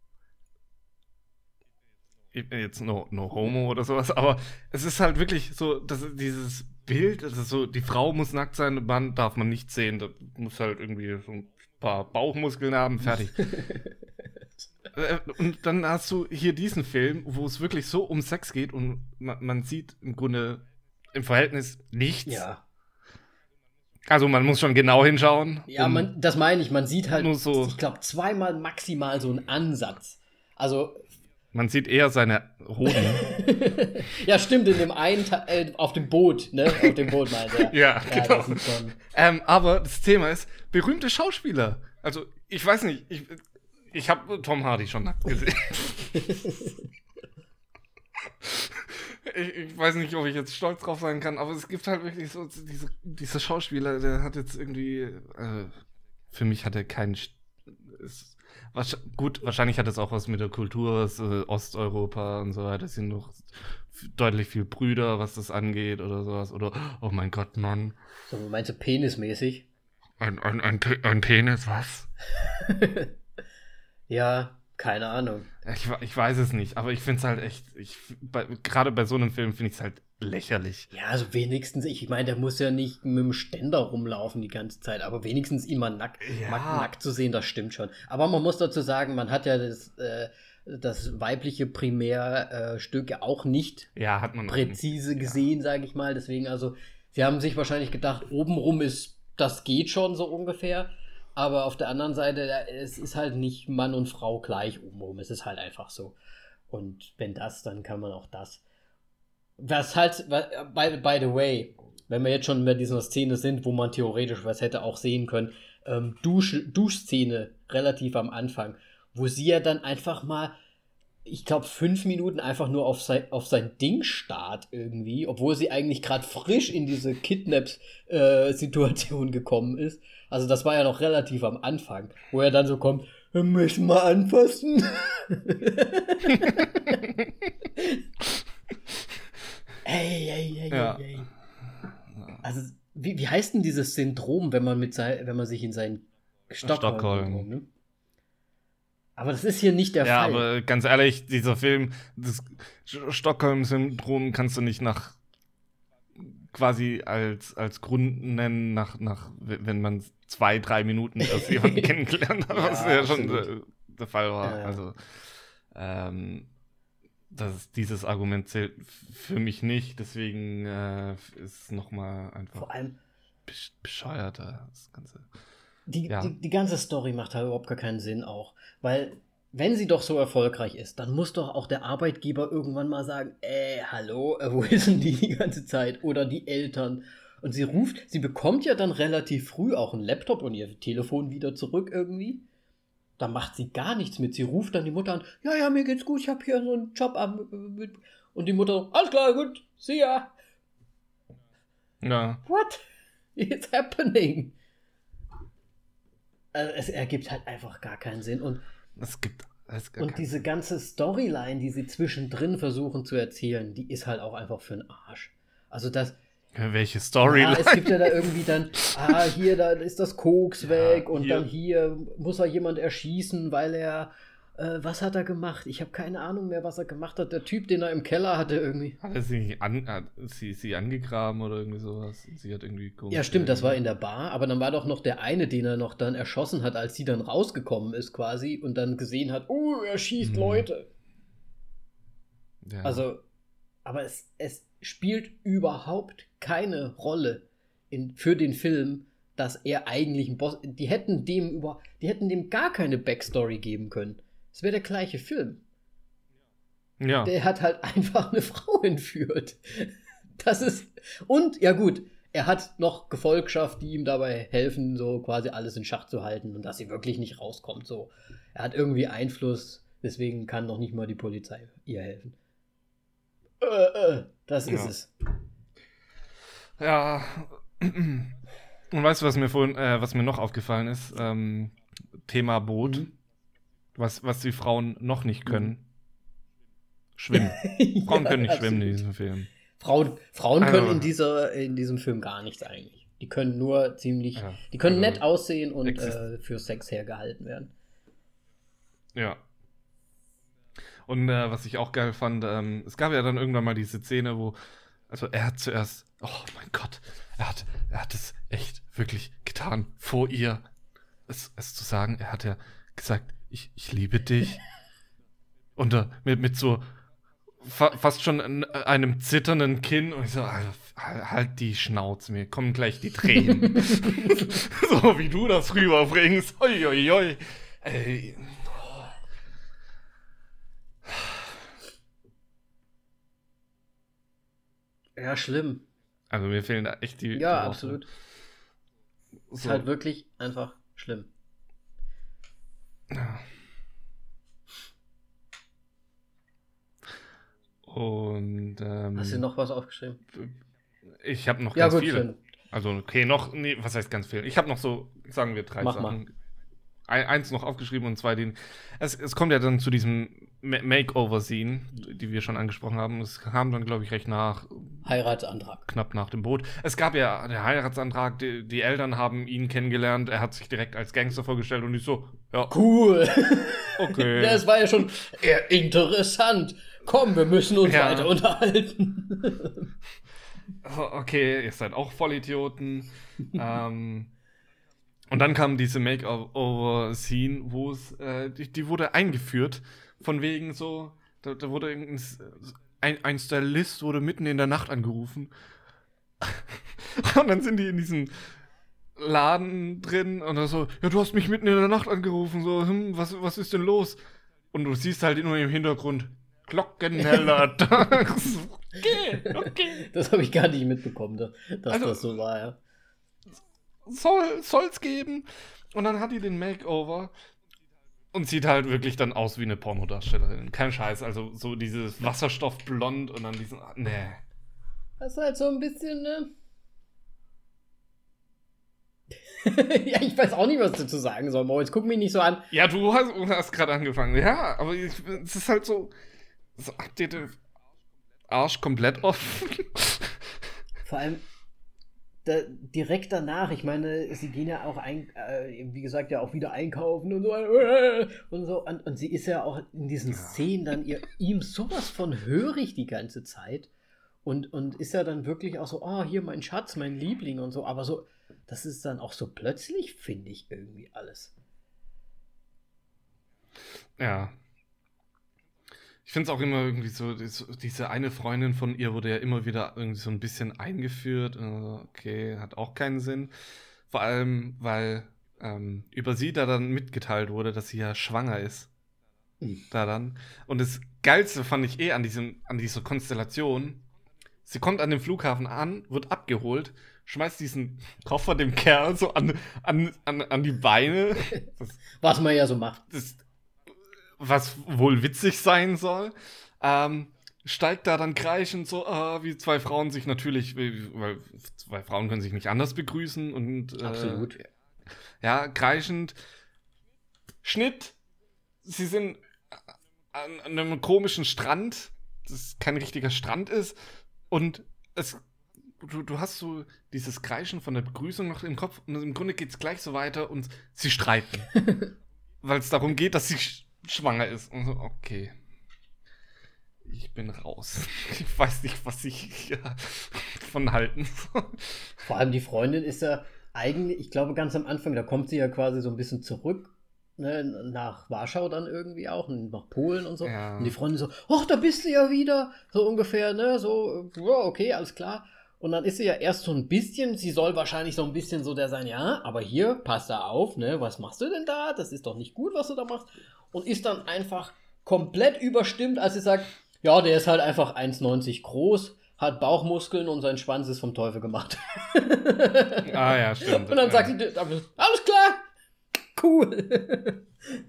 Jetzt no homo oder sowas, aber es ist halt wirklich so, dass dieses Bild, das ist so, die Frau muss nackt sein, der Mann darf man nicht sehen, da muss halt irgendwie so ein paar Bauchmuskeln haben, fertig. Und dann hast du hier diesen Film, wo es wirklich so um Sex geht und man sieht im Grunde im Verhältnis nichts. Ja. Also man muss schon genau hinschauen. Ja, das meine ich, man sieht halt, so, ich glaube, zweimal maximal so einen Ansatz. Also man sieht eher seine Hoden. Ja, stimmt, in dem einen auf dem Boot, ne? Auf dem Boot meinte er. Ja, genau. Das schon... aber das Thema ist, berühmte Schauspieler. Also, ich weiß nicht, ich habe Tom Hardy schon nackt gesehen. Ich weiß nicht, ob ich jetzt stolz drauf sein kann, aber es gibt halt wirklich so diese Schauspieler, der hat jetzt irgendwie, für mich hat er keinen... Gut, wahrscheinlich hat es auch was mit der Kultur aus Osteuropa und so weiter. Es sind noch deutlich viel Brüder, was das angeht oder sowas. Oder, oh mein Gott, Mann. So, meinst du penismäßig? Ein Penis, was? Ja, keine Ahnung. Ich weiß es nicht, aber ich finde es halt echt, gerade bei so einem Film finde ich es halt lächerlich. Ja, also wenigstens, ich meine, der muss ja nicht mit dem Ständer rumlaufen die ganze Zeit, aber wenigstens ihn mal nackt zu sehen, das stimmt schon. Aber man muss dazu sagen, man hat ja das weibliche Primärstück ja auch nicht hat man präzise gesehen, sage ich mal. Deswegen, also, sie haben sich wahrscheinlich gedacht, obenrum das geht schon so ungefähr. Aber auf der anderen Seite, es ist halt nicht Mann und Frau gleich obenrum. Es ist halt einfach so. Und wenn das, dann kann man auch das. Was halt, by the way, wenn wir jetzt schon bei dieser Szene sind, wo man theoretisch was hätte auch sehen können, Duschszene relativ am Anfang, wo sie ja dann einfach mal, ich glaube 5 Minuten einfach nur auf sein Ding starrt irgendwie, obwohl sie eigentlich gerade frisch in diese Kidnap-Situation gekommen ist. Also das war ja noch relativ am Anfang, wo er dann so kommt, wir müssen mal anfassen. Ey. Also, wie heißt denn dieses Syndrom, wenn man sich in sein Stockholm. Ne? Aber das ist hier nicht der Fall. Ja, aber ganz ehrlich, dieser Film, das Stockholm-Syndrom kannst du nicht quasi als Grund nennen, wenn man 2-3 Minuten erst jemanden kennengelernt hat, was ja schon der Fall war. Ja. Also, dieses Argument zählt für mich nicht, deswegen ist es nochmal einfach vor allem bescheuerter, das Ganze. Die ganze Story macht halt überhaupt gar keinen Sinn auch, weil wenn sie doch so erfolgreich ist, dann muss doch auch der Arbeitgeber irgendwann mal sagen, hallo, wo ist denn die ganze Zeit? Oder die Eltern. Und sie bekommt ja dann relativ früh auch einen Laptop und ihr Telefon wieder zurück irgendwie. da macht sie gar nichts mit. Sie ruft dann die Mutter an, ja, mir geht's gut, ich habe hier so einen Job und die Mutter, alles klar, gut, see ya. Ja. What is happening? Also es ergibt halt einfach gar keinen Sinn. Und diese ganze Storyline, die sie zwischendrin versuchen zu erzählen, die ist halt auch einfach für den Arsch. Also das... Welche Storyline? Ja, es gibt ja da irgendwie dann, hier, da ist das Koks weg und dann hier muss er jemand erschießen, weil er, was hat er gemacht? Ich habe keine Ahnung mehr, was er gemacht hat. Der Typ, den er im Keller hatte irgendwie. Hat er sie angegraben oder irgendwie sowas? Sie hat irgendwie ja, stimmt, das war in der Bar, aber dann war doch noch der eine, den er noch dann erschossen hat, als sie dann rausgekommen ist quasi und dann gesehen hat, er schießt Leute. Ja. Also, aber es spielt überhaupt keine Rolle für den Film, dass er eigentlich ein Boss... Die hätten dem gar keine Backstory geben können. Es wäre der gleiche Film. Ja. Der hat halt einfach eine Frau entführt. Das ist... Und, ja gut, er hat noch Gefolgschaft, die ihm dabei helfen, so quasi alles in Schach zu halten und dass sie wirklich nicht rauskommt. So. Er hat irgendwie Einfluss, deswegen kann noch nicht mal die Polizei ihr helfen. Das ist es. Ja. Und weißt du, was mir noch aufgefallen ist? Thema Boot. Was die Frauen noch nicht können. Schwimmen. Frauen können nicht schwimmen in diesem Film. Frauen können in diesem Film gar nichts eigentlich. Die können nur die können nett aussehen und für Sex hergehalten werden. Ja. Und was ich auch geil fand, es gab ja dann irgendwann mal diese Szene, wo, also er hat zuerst, oh mein Gott, er hat es echt wirklich getan, vor ihr es zu sagen. Er hat ja gesagt, ich liebe dich. Und mit so fast schon einem zitternden Kinn. Und ich so, halt die Schnauze, mir kommen gleich die Tränen. So wie du das rüberbringst. Oi, oi, oi. Ey. Ja, schlimm. Also mir fehlen da echt die... Ja, absolut. So. Ist halt wirklich einfach schlimm. Ja. Und hast du noch was aufgeschrieben? Ich habe noch ganz viele. Schön. Also okay, was heißt ganz viel? Ich habe noch so, sagen wir 3 Sachen. Mal. Eins noch aufgeschrieben und 2 es kommt ja dann zu diesem Makeover-Scene, die wir schon angesprochen haben. Es kam dann, glaube ich, recht nach Heiratsantrag. Knapp nach dem Boot. Es gab ja den Heiratsantrag, die Eltern haben ihn kennengelernt, er hat sich direkt als Gangster vorgestellt und ich so, ja. Cool. Okay. Das war ja schon interessant. Komm, wir müssen uns weiter unterhalten. Okay, ihr seid auch Vollidioten. Und dann kam diese Makeover-Scene, wo es, die wurde eingeführt, von wegen so, da wurde ein Stylist wurde mitten in der Nacht angerufen. Und dann sind die in diesem Laden drin und dann so, ja, du hast mich mitten in der Nacht angerufen, so, was ist denn los? Und du siehst halt nur im Hintergrund, Glockenheller. Okay. Das habe ich gar nicht mitbekommen, dass das so war, ja. Soll's geben. Und dann hat die den Makeover und sieht halt wirklich dann aus wie eine Pornodarstellerin. Kein Scheiß, also so dieses Wasserstoffblond und dann diesen, nee. Das ist halt so ein bisschen, ne? Ja, ich weiß auch nicht, was dazu sagen soll, Moritz. Guck mich nicht so an. Ja, du hast gerade angefangen. Ja, aber es ist halt so habt ihr den Arsch komplett offen? Vor allem direkt danach, ich meine, sie gehen ja auch wie gesagt, ja auch wieder einkaufen und so. Und sie ist ja auch in diesen Szenen dann ihm sowas von hörig die ganze Zeit. Und ist ja dann wirklich auch so, oh, hier mein Schatz, mein Liebling und so. Aber so, das ist dann auch so plötzlich, finde ich, irgendwie alles. Ja. Ich finde es auch immer irgendwie so, diese eine Freundin von ihr wurde ja immer wieder irgendwie so ein bisschen eingeführt. Okay, hat auch keinen Sinn. Vor allem, weil über sie da dann mitgeteilt wurde, dass sie ja schwanger ist. Da dann. Und das Geilste fand ich an dieser Konstellation. Sie kommt an dem Flughafen an, wird abgeholt, schmeißt diesen Koffer dem Kerl so an die Beine. Was man ja so macht. Was wohl witzig sein soll. Steigt da dann kreischend so, wie zwei Frauen sich natürlich, weil zwei Frauen können sich nicht anders begrüßen und Absolut. Ja, kreischend. Schnitt. Sie sind an einem komischen Strand, das kein richtiger Strand ist, und du hast so dieses Kreischen von der Begrüßung noch im Kopf und im Grunde geht es gleich so weiter und sie streiten. Weil es darum geht, dass sie schwanger ist. Und so, okay. Ich bin raus. Ich weiß nicht, was ich davon halten soll. Vor allem die Freundin ist ja eigentlich, ich glaube ganz am Anfang, da kommt sie ja quasi so ein bisschen zurück, ne, nach Warschau dann irgendwie auch und nach Polen und so. Ja. Und die Freundin so, ach, da bist du ja wieder. So ungefähr, ne, so, ja, okay, alles klar. Und dann ist sie ja erst so ein bisschen, sie soll wahrscheinlich so ein bisschen so der sein, ja, aber hier, pass da auf, ne, was machst du denn da? Das ist doch nicht gut, was du da machst. Und ist dann einfach komplett überstimmt, als sie sagt, ja, der ist halt einfach 1,90 groß, hat Bauchmuskeln und sein Schwanz ist vom Teufel gemacht. Ja, stimmt. Und dann sagt sie, alles klar, cool.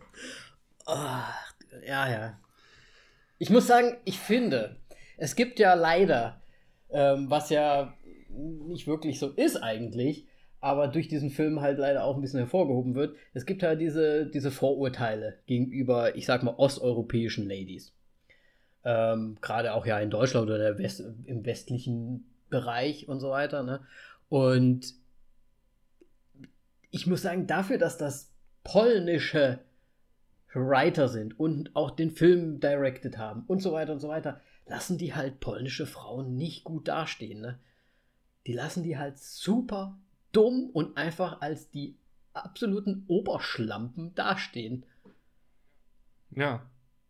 Ja. Ich muss sagen, ich finde, es gibt ja leider, was ja nicht wirklich so ist eigentlich, aber durch diesen Film halt leider auch ein bisschen hervorgehoben wird, es gibt halt diese Vorurteile gegenüber, ich sag mal, osteuropäischen Ladies. Gerade auch ja in Deutschland oder im westlichen Bereich und so weiter, ne? Und ich muss sagen, dafür, dass das polnische Writer sind und auch den Film directed haben und so weiter, lassen die halt polnische Frauen nicht gut dastehen, ne? Die lassen die halt super dumm und einfach als die absoluten Oberschlampen dastehen. Ja.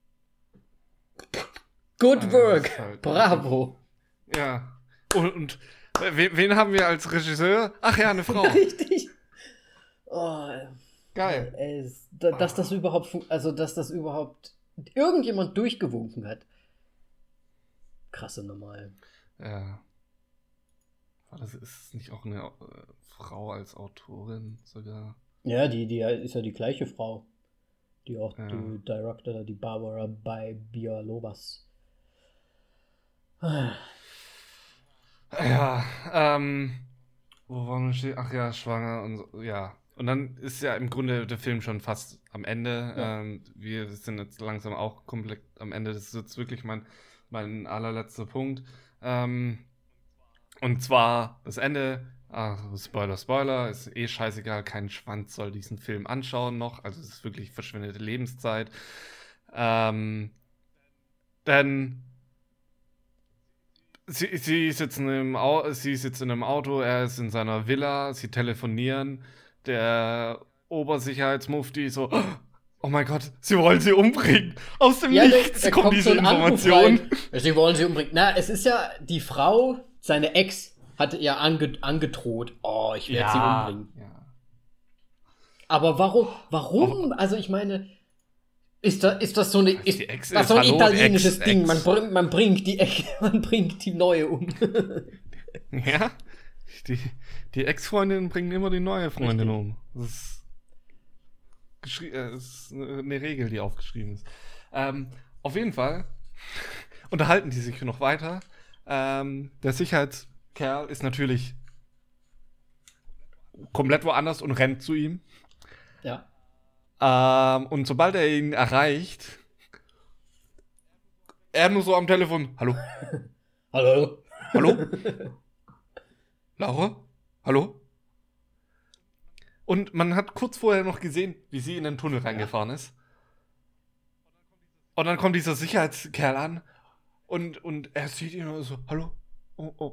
Good work! Halt Bravo! Ja. Und wen haben wir als Regisseur? Ach ja, eine Frau. Richtig! Oh, Geil. Dass das überhaupt irgendjemand durchgewunken hat. Krasse Normal. Ja. Das ist nicht auch eine Frau als Autorin sogar? Ja, die ist ja die gleiche Frau. Die auch die Director, die Barbara Bialovas. Ja, wo waren wir stehen? Ach ja, schwanger und so, ja. Und dann ist ja im Grunde der Film schon fast am Ende. Ja. Wir sind jetzt langsam auch komplett am Ende. Das ist jetzt wirklich mein allerletzter Punkt. Und zwar das Ende. Spoiler, ist eh scheißegal. Kein Schwanz soll diesen Film anschauen noch. Also es ist wirklich verschwendete Lebenszeit. Denn sie sitzen in einem Auto, er ist in seiner Villa, sie telefonieren. Der Obersicherheitsmufti so, oh mein Gott, sie wollen sie umbringen. Aus dem Nichts kommt diese Information. Sie wollen sie umbringen. Na, es ist ja die Frau, seine Ex, hatte ja angedroht, oh, ich werde sie umbringen. Ja. Aber warum? Also ich meine, ist das so eine, ist das so ein italienisches Ding? Man bringt die neue um. Ja, die Ex-Freundinnen bringen immer die neue Freundin um. Das ist eine Regel, die aufgeschrieben ist. Auf jeden Fall unterhalten die sich noch weiter. Der Sicherheitskerl ist natürlich komplett woanders und rennt zu ihm. Ja. Und sobald er ihn erreicht, er nur so am Telefon, hallo? Hallo? Hallo? Laura? Hallo? Und man hat kurz vorher noch gesehen, wie sie in den Tunnel reingefahren ist. Und dann kommt dieser Sicherheitskerl an und er sieht ihn nur so, hallo? Oh.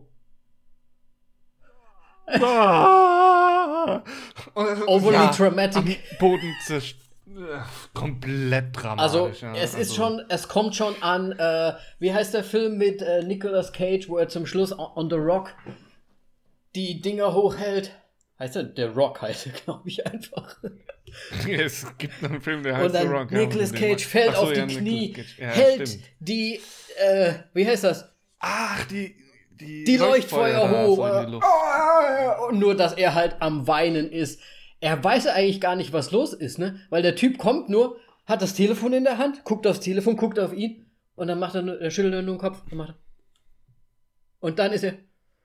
Overly dramatic. Am Boden komplett dramatisch. Also, es kommt schon an, wie heißt der Film mit Nicolas Cage, wo er zum Schluss on The Rock die Dinger hochhält? Heißt er? Der Rock heißt er, glaube ich, einfach. Es gibt einen Film, der heißt The Rock. Und dann Nicolas Cage fällt auf die Knie, hält die, wie heißt das? Ach, die Leuchtfeuer hoch. Und nur, dass er halt am Weinen ist. Er weiß ja eigentlich gar nicht, was los ist, ne? Weil der Typ kommt nur, hat das Telefon in der Hand, guckt aufs Telefon, guckt auf ihn und dann schüttelt er nur den Kopf und macht er. Und dann ist er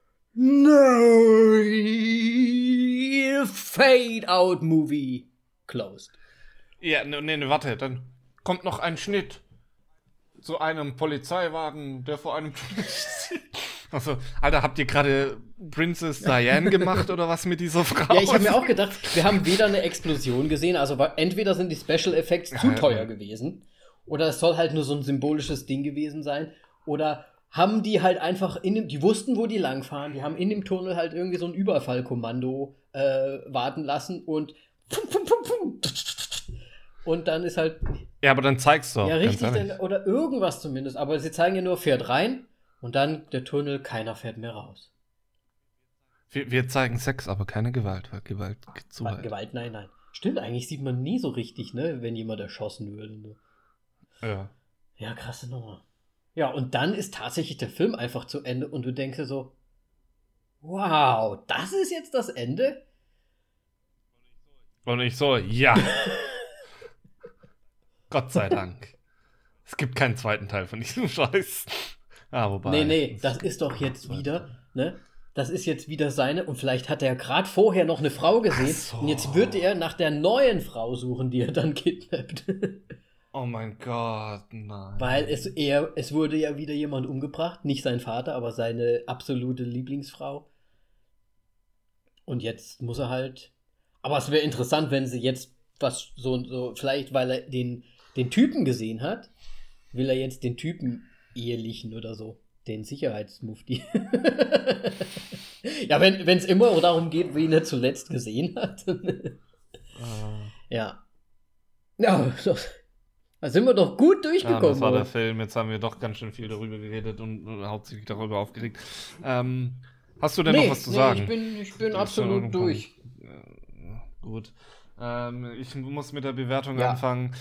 No Fade-Out-Movie closed. Ja, nee, warte, dann kommt noch ein Schnitt zu einem Polizeiwagen, der vor einem Also, Alter, habt ihr gerade Princess Diane gemacht oder was mit dieser Frau? Ja, ich habe mir auch gedacht, wir haben weder eine Explosion gesehen, also entweder sind die Special Effects zu teuer gewesen oder es soll halt nur so ein symbolisches Ding gewesen sein oder haben die halt einfach die wussten, wo die langfahren, die haben in dem Tunnel halt irgendwie so ein Überfallkommando warten lassen und dann ist halt ja, aber dann zeig's doch. Ja, richtig, oder irgendwas zumindest, aber sie zeigen ja nur, fährt rein und dann der Tunnel, keiner fährt mehr raus. Wir zeigen Sex, aber keine Gewalt, weil Gewalt geht zu weit. Gewalt, nein. Stimmt, eigentlich sieht man nie so richtig, ne, wenn jemand erschossen würde. Ne? Ja. Ja, krasse Nummer. Ja, und dann ist tatsächlich der Film einfach zu Ende und du denkst dir so, wow, das ist jetzt das Ende? Und ich so, ja. Gott sei Dank. Es gibt keinen zweiten Teil von diesem Scheiß. Wobei. Nee, das ist doch jetzt wieder, ne? Das ist jetzt wieder seine, und vielleicht hat er gerade vorher noch eine Frau gesehen und jetzt wird er nach der neuen Frau suchen, die er dann kidnappt. Oh mein Gott, nein. Weil es wurde ja wieder jemand umgebracht, nicht sein Vater, aber seine absolute Lieblingsfrau. Und jetzt muss er halt. Aber es wäre interessant, wenn sie jetzt was so vielleicht, weil er den Typen gesehen hat, will er jetzt den Typen ehelichen oder so. Den Sicherheitsmufti. Ja, wenn es immer darum geht, wen er zuletzt gesehen hat. Ja. Ja, da sind wir doch gut durchgekommen. Das war der Film. Jetzt haben wir doch ganz schön viel darüber geredet und hauptsächlich darüber aufgeregt. Hast du denn noch was zu sagen? Ich bin absolut durch. Gut. Ich muss mit der Bewertung anfangen.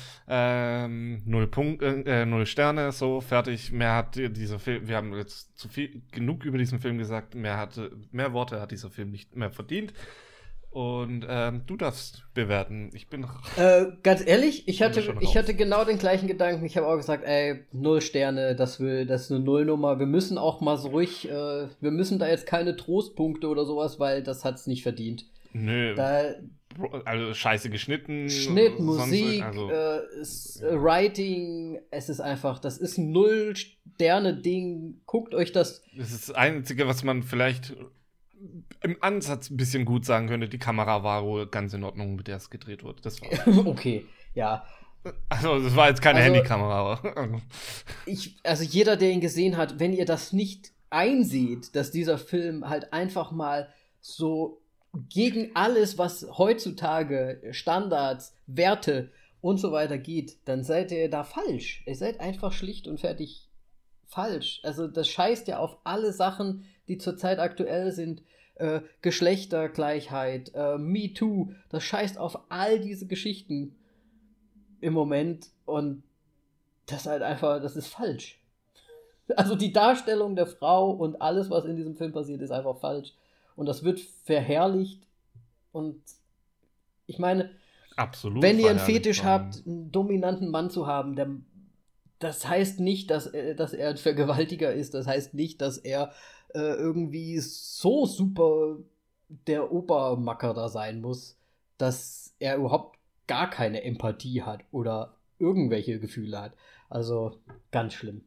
0 Sterne, so, fertig. Mehr hat dieser Film, wir haben jetzt genug über diesen Film gesagt, mehr Worte hat dieser Film nicht mehr verdient. Und du darfst bewerten. Ich bin ganz ehrlich, ich hatte genau den gleichen Gedanken. Ich habe auch gesagt, 0 Sterne, das ist eine Nullnummer. Wir müssen auch mal so ruhig, wir müssen da jetzt keine Trostpunkte oder sowas, weil das hat's nicht verdient. Nö. Also scheiße geschnitten. Schnitt, Musik, Writing, es ist einfach, das ist ein 0-Sterne-Ding. Guckt euch das. Das ist das Einzige, was man vielleicht im Ansatz ein bisschen gut sagen könnte. Die Kamera war wohl ganz in Ordnung, mit der es gedreht wurde. Das war okay, ja. Also, das war jetzt keine Handykamera. Also jeder, der ihn gesehen hat, wenn ihr das nicht einseht, dass dieser Film halt einfach mal so gegen alles, was heutzutage Standards, Werte und so weiter geht, dann seid ihr da falsch. Ihr seid einfach schlicht und fertig falsch. Also das scheißt ja auf alle Sachen, die zurzeit aktuell sind. Geschlechtergleichheit, Me Too, das scheißt auf all diese Geschichten im Moment und das ist halt einfach, das ist falsch. Also die Darstellung der Frau und alles, was in diesem Film passiert, ist einfach falsch. Und das wird verherrlicht. Und ich meine, absolut, wenn ihr einen Fetisch habt, einen dominanten Mann zu haben, das heißt nicht, dass er ein Vergewaltiger ist. Das heißt nicht, dass er irgendwie so super der Obermacker da sein muss, dass er überhaupt gar keine Empathie hat oder irgendwelche Gefühle hat. Also ganz schlimm.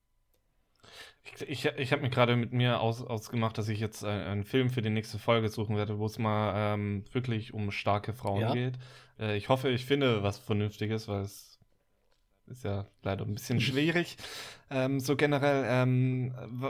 Ich habe mir gerade mit mir ausgemacht, dass ich jetzt einen Film für die nächste Folge suchen werde, wo es mal wirklich um starke Frauen geht. Ich hoffe, ich finde was Vernünftiges, weil es ist ja leider ein bisschen schwierig. So generell,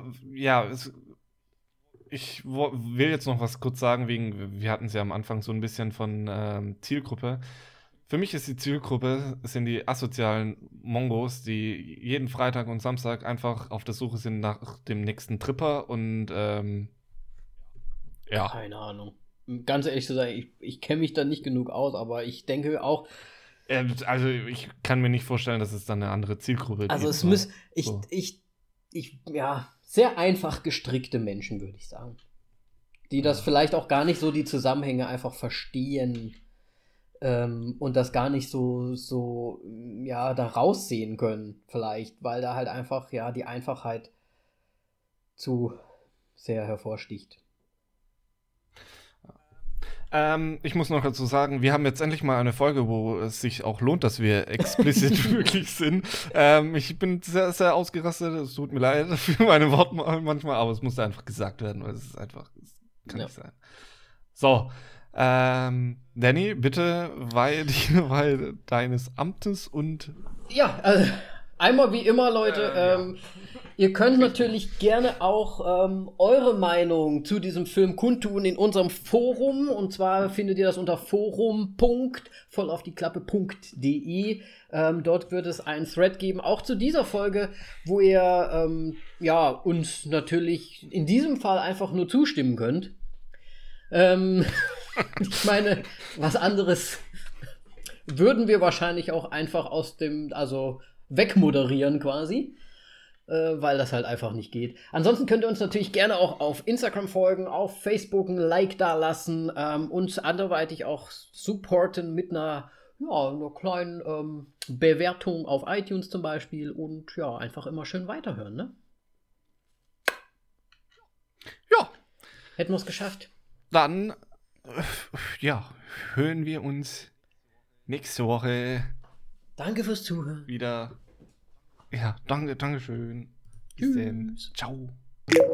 ich will jetzt noch was kurz sagen, wir hatten es ja am Anfang so ein bisschen von Zielgruppe. Für mich ist die Zielgruppe, sind die asozialen Mongos, die jeden Freitag und Samstag einfach auf der Suche sind nach dem nächsten Tripper und Keine Ahnung. Ganz ehrlich zu sagen, ich kenne mich da nicht genug aus, aber ich denke auch. Also ich kann mir nicht vorstellen, dass es dann eine andere Zielgruppe gibt. Also es muss, sehr einfach gestrickte Menschen, würde ich sagen. Die das vielleicht auch gar nicht so die Zusammenhänge einfach verstehen und das gar nicht so da raussehen können, vielleicht, weil da halt einfach, die Einfachheit zu sehr hervorsticht. Ich muss noch dazu sagen, wir haben jetzt endlich mal eine Folge, wo es sich auch lohnt, dass wir explizit wirklich sind. Ich bin sehr, sehr ausgerastet. Es tut mir leid für meine Wortwahl manchmal, aber es musste einfach gesagt werden, weil es ist einfach, es kann nicht sein. So, Danny, bitte weihe deines Amtes und... Ja, also einmal wie immer, Leute, ihr könnt natürlich gerne auch eure Meinung zu diesem Film kundtun in unserem Forum. Und zwar findet ihr das unter forum.vollaufdieklappe.de. Dort wird es einen Thread geben, auch zu dieser Folge, wo ihr uns natürlich in diesem Fall einfach nur zustimmen könnt. Ich meine, was anderes würden wir wahrscheinlich auch einfach wegmoderieren quasi. Weil das halt einfach nicht geht. Ansonsten könnt ihr uns natürlich gerne auch auf Instagram folgen, auf Facebook ein Like da lassen, uns anderweitig auch supporten mit einer kleinen Bewertung auf iTunes zum Beispiel und einfach immer schön weiterhören, ne? Ja. Hätten wir es geschafft. Dann, hören wir uns nächste Woche. Danke fürs Zuhören. Wieder. Ja, danke schön. Bis dann. Ciao.